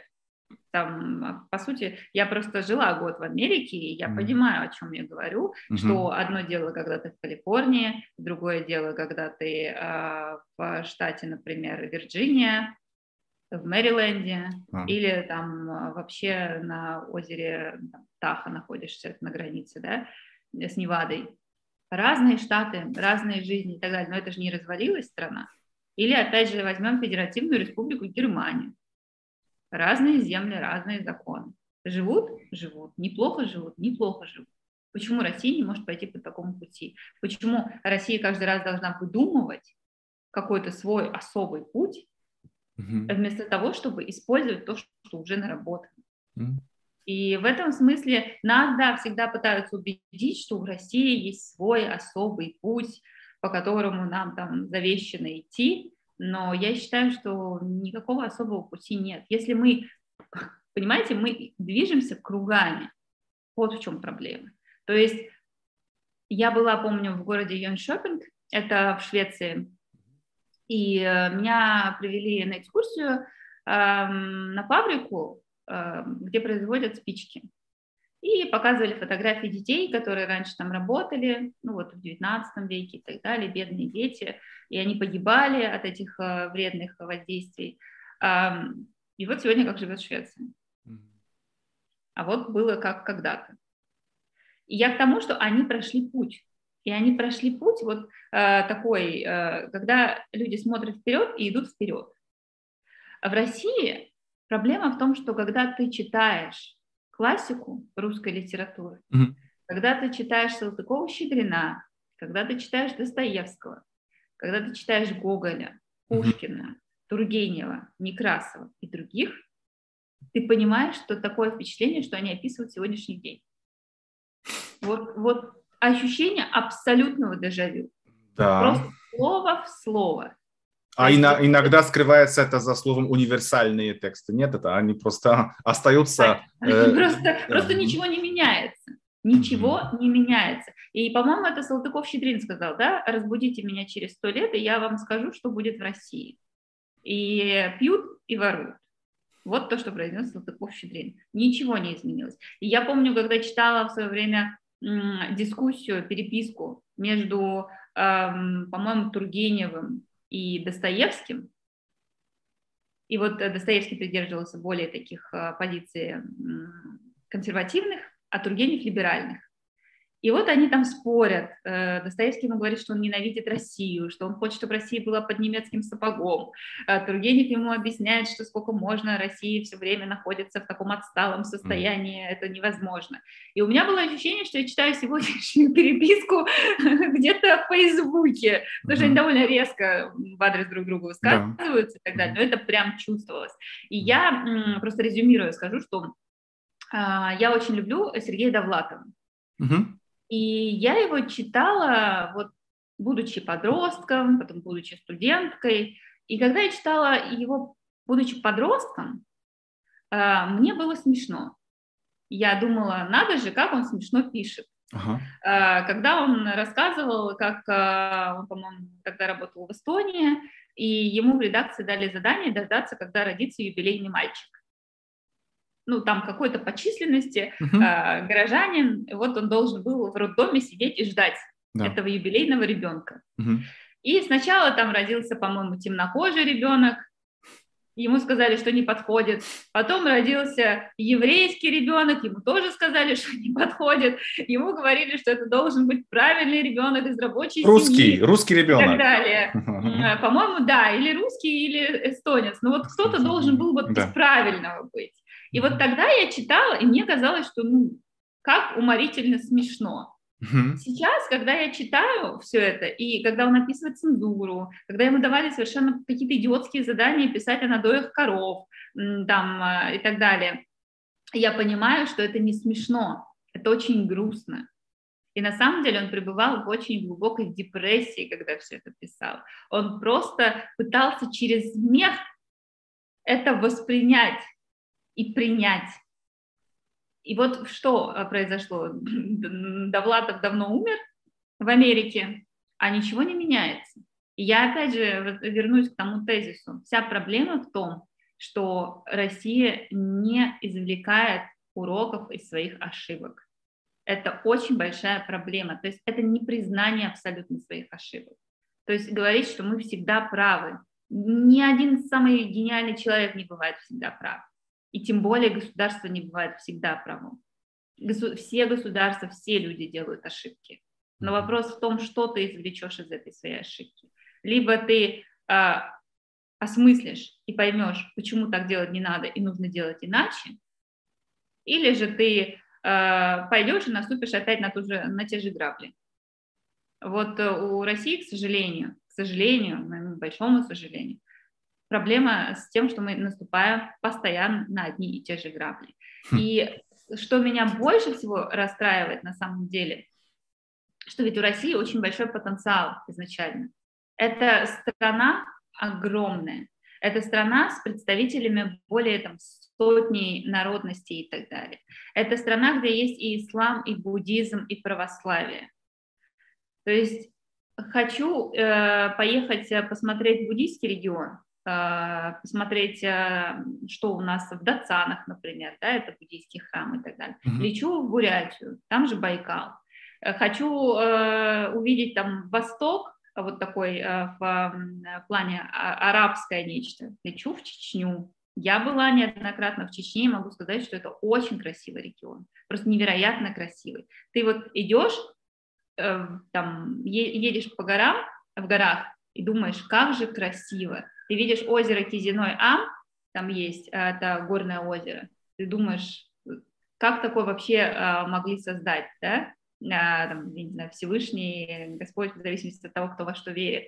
Там, по сути, я просто жила год в Америке, и я Мгм. понимаю, о чем я говорю, что Мгм. одно дело, когда ты в Калифорнии, другое дело, когда ты э, в штате, например, Вирджиния, в Мэриленде, А. или там э, вообще на озере там, Тахо находишься на границе, да, с Невадой. Разные штаты, разные жизни и так далее, но это же не развалилась страна. Или, опять же, возьмем Федеративную Республику Германию. Разные земли, разные законы. Живут? Живут. Неплохо живут? Неплохо живут. Почему Россия не может пойти по такому пути? Почему Россия каждый раз должна выдумывать какой-то свой особый путь, Мгм. вместо того, чтобы использовать то, что уже наработано? Мгм. И в этом смысле нас, да, всегда пытаются убедить, что у России есть свой особый путь, по которому нам там завещано идти, но я считаю, что никакого особого пути нет. Если мы, понимаете, мы движемся кругами, вот в чем проблема. То есть я была, помню, в городе Йоншопинг, это в Швеции, и э, меня привели на экскурсию эм, на фабрику, эм, где производят спички. И показывали фотографии детей, которые раньше там работали, ну вот в девятнадцатом веке и так далее, бедные дети, и они погибали от этих э, вредных воздействий. И вот сегодня как живет Швеция. А вот было как когда-то. И я к тому, что они прошли путь. И они прошли путь вот э, такой, э, когда люди смотрят вперед и идут вперед. А в России проблема в том, что когда ты читаешь классику русской литературы, mm-hmm. когда ты читаешь Салтыкова-Щедрина, когда ты читаешь Достоевского, когда ты читаешь Гоголя, Пушкина, mm-hmm. Тургенева, Некрасова и других, ты понимаешь, что такое впечатление, что они описывают сегодняшний день. Вот, вот ощущение абсолютного дежавю. Да. Просто слово в слово. А есть, ина- вот, иногда скрывается это за словом универсальные тексты. Нет, это они просто остаются... Э, просто, просто ничего не меняется. Ничего mm-hmm. не меняется. И, по-моему, это Салтыков-Щедрин сказал, да, разбудите меня через сто лет, и я вам скажу, что будет в России. И пьют, и воруют. Вот то, что произнес Салтыков-Щедрин. Ничего не изменилось. И я помню, когда читала в свое время м, дискуссию, переписку между, эм, по-моему, Тургеневым и Достоевским, и вот Достоевский придерживался более таких э, позиций э, консервативных, а Тургенев либеральных. И вот они там спорят. Достоевский ему говорит, что он ненавидит Россию, что он хочет, чтобы Россия была под немецким сапогом. Тургенев ему объясняет, что сколько можно, Россия все время находится в таком отсталом состоянии, это невозможно. И у меня было ощущение, что я читаю сегодняшнюю переписку где-то в Фейсбуке, потому что они довольно резко в адрес друг друга высказываются и так далее, но это прям чувствовалось. И я просто резюмирую, скажу, что я очень люблю Сергея Довлатова. И я его читала, вот, будучи подростком, потом будучи студенткой. И когда я читала его, будучи подростком, мне было смешно. Я думала, надо же, как он смешно пишет. Ага. Когда он рассказывал, как он, по-моему, тогда работал в Эстонии, и ему в редакции дали задание дождаться, когда родится юбилейный мальчик. Ну, там какой-то по численности uh-huh. э, горожанин, вот он должен был в роддоме сидеть и ждать да. этого юбилейного ребенка. Uh-huh. И сначала там родился, по-моему, темнокожий ребенок, ему сказали, что не подходит. Потом родился еврейский ребенок, ему тоже сказали, что не подходит. Ему говорили, что это должен быть правильный ребенок из рабочей русский, семьи. Русский ребенок. И так далее. Uh-huh. По-моему, да, или русский, или эстонец. Но вот кто-то uh-huh. должен был вот uh-huh. из правильного быть. И вот тогда я читала, и мне казалось, что ну, как уморительно смешно. Mm-hmm. Сейчас, когда я читаю все это, и когда он описывает цензуру, когда ему давали совершенно какие-то идиотские задания писать о надоях коров там, и так далее, я понимаю, что это не смешно, это очень грустно. И на самом деле он пребывал в очень глубокой депрессии, когда все это писал. Он просто пытался через смех это воспринять и принять. И вот что произошло. Довлатов давно умер в Америке, а ничего не меняется. И я опять же вернусь к тому тезису. Вся проблема в том, что Россия не извлекает уроков из своих ошибок. Это очень большая проблема. То есть это не признание абсолютно своих ошибок. То есть говорить, что мы всегда правы. Ни один самый гениальный человек не бывает всегда прав. И тем более государство не бывает всегда правым. Госу- все государства, все люди делают ошибки. Но вопрос в том, что ты извлечешь из этой своей ошибки. Либо ты э, осмыслишь и поймешь, почему так делать не надо и нужно делать иначе, или же ты э, пойдешь и наступишь опять на, ту же, на те же грабли. Вот у России, к сожалению, к сожалению, моему большому сожалению, проблема с тем, что мы наступаем постоянно на одни и те же грабли. И что меня больше всего расстраивает на самом деле, что ведь у России очень большой потенциал изначально. Это страна огромная. Это страна с представителями более там, сотни народностей и так далее. Это страна, где есть и ислам, и буддизм, и православие. То есть хочу э, поехать посмотреть буддийский регион, посмотреть, что у нас в Дацанах, например, да, это буддийский храм и так далее. Mm-hmm. Лечу в Бурятию, там же Байкал. Хочу э, увидеть там Восток, вот такой э, в, в плане арабское нечто. Лечу в Чечню, Я была неоднократно в Чечне и могу сказать, что это очень красивый регион, просто невероятно красивый. Ты вот идешь, э, там, е- едешь по горам, в горах и думаешь, как же красиво. Ты видишь озеро Кизиной-Ам, там есть, это горное озеро. Ты думаешь, как такое вообще э, могли создать, да? А, там, я не знаю, Всевышний, Господь, в зависимости от того, кто во что верит.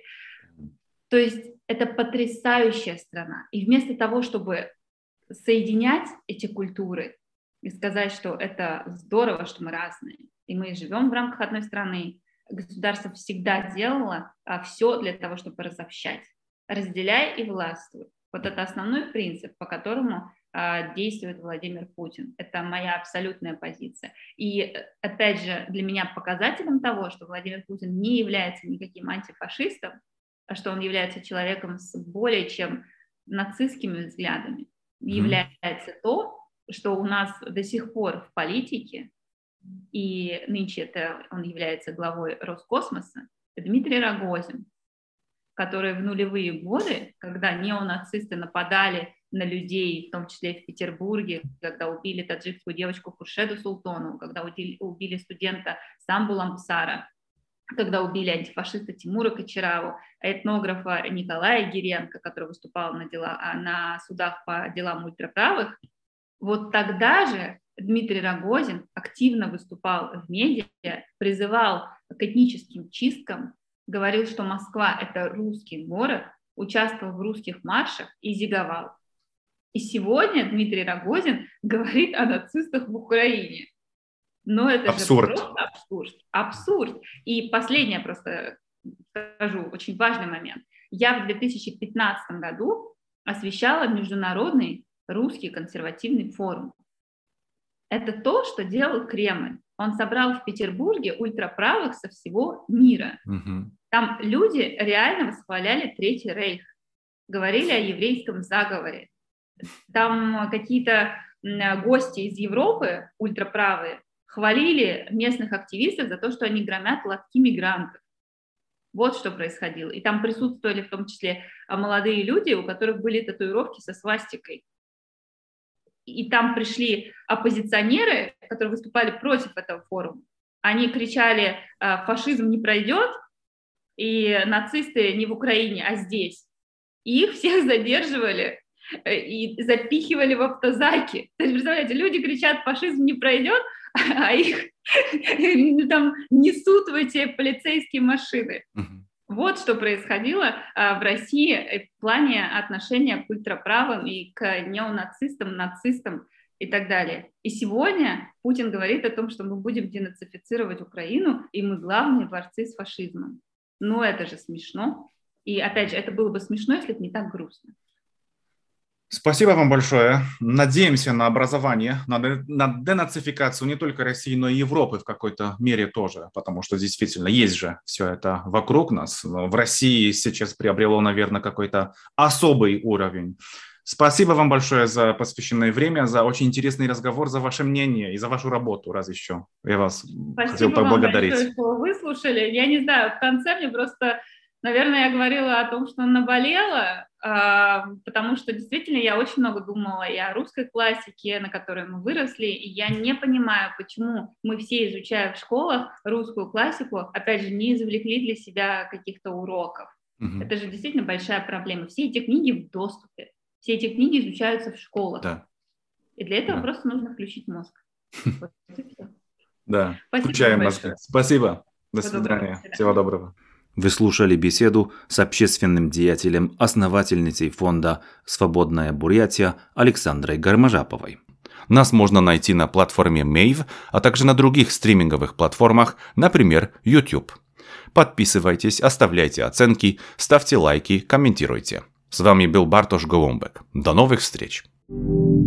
То есть это потрясающая страна. И вместо того, чтобы соединять эти культуры и сказать, что это здорово, что мы разные, и мы живем в рамках одной страны, государство всегда делало а, все для того, чтобы разобщать. Разделяй и властвуй. Вот это основной принцип, по которому а, действует Владимир Путин. Это моя абсолютная позиция. И, опять же, для меня показателем того, что Владимир Путин не является никаким антифашистом, а что он является человеком с более чем нацистскими взглядами, mm-hmm. является то, что у нас до сих пор в политике, и нынче это он является главой Роскосмоса, Дмитрий Рогозин, который в нулевые годы, когда неонацисты нападали на людей, в том числе в Петербурге, когда убили таджикскую девочку Хуршеду Султонову, когда убили, убили студента Самбу Лампсара, когда убили антифашиста Тимура Кочараву, этнографа Николая Гиренко, который выступал на, дела, на судах по делам ультраправых, вот тогда же Дмитрий Рогозин активно выступал в медиа, призывал к этническим чисткам, говорил, что Москва – это русский город, участвовал в русских маршах и зиговал. И сегодня Дмитрий Рогозин говорит о нацистах в Украине. Но это абсурд. же просто абсурд. Абсурд. И последнее просто скажу, очень важный момент. Я в две тысячи пятнадцатом году освещала Международный русский консервативный форум. Это то, что делал Кремль. Он собрал в Петербурге ультраправых со всего мира. Угу. Там люди реально восхваляли Третий Рейх, говорили о еврейском заговоре. Там какие-то гости из Европы, ультраправые, хвалили местных активистов за то, что они громят лотки мигрантов. Вот что происходило. И там присутствовали в том числе молодые люди, у которых были татуировки со свастикой. И там пришли оппозиционеры, которые выступали против этого форума. Они кричали: фашизм не пройдет, и нацисты не в Украине, а здесь. И их всех задерживали и запихивали в автозаки. То есть, представляете, люди кричат: фашизм не пройдет, а их там несут в эти полицейские машины. Вот что происходило в России в плане отношения к ультраправым и к неонацистам, нацистам и так далее. И сегодня Путин говорит о том, что мы будем денацифицировать Украину, и мы главные борцы с фашизмом. Но это же смешно. И опять же, это было бы смешно, если бы не так грустно. Спасибо вам большое. Надеемся на образование, на, на денацификацию не только России, но и Европы в какой-то мере тоже, потому что действительно есть же все это вокруг нас. В России сейчас приобрело, наверное, какой-то особый уровень. Спасибо вам большое за посвященное время, за очень интересный разговор, за ваше мнение и за вашу работу. Раз еще я вас Спасибо хотел поблагодарить. Спасибо вам большое, что выслушали. Я не знаю, в конце мне просто... Наверное, я говорила о том, что наболела, потому что действительно я очень много думала и о русской классике, на которой мы выросли, и я не понимаю, почему мы все, изучая в школах русскую классику, опять же, не извлекли для себя каких-то уроков. Угу. Это же действительно большая проблема. Все эти книги в доступе, все эти книги изучаются в школах. Да. И для этого да. просто нужно включить мозг. Вот, да, включаем мозг. Спасибо. До свидания. Всего доброго. Вы слушали беседу с общественным деятелем, основательницей фонда «Свободная Бурятия» Александрой Гармажаповой. Нас можно найти на платформе Mave, а также на других стриминговых платформах, например, YouTube. Подписывайтесь, оставляйте оценки, ставьте лайки, комментируйте. С вами был Бартош Голомбек. До новых встреч!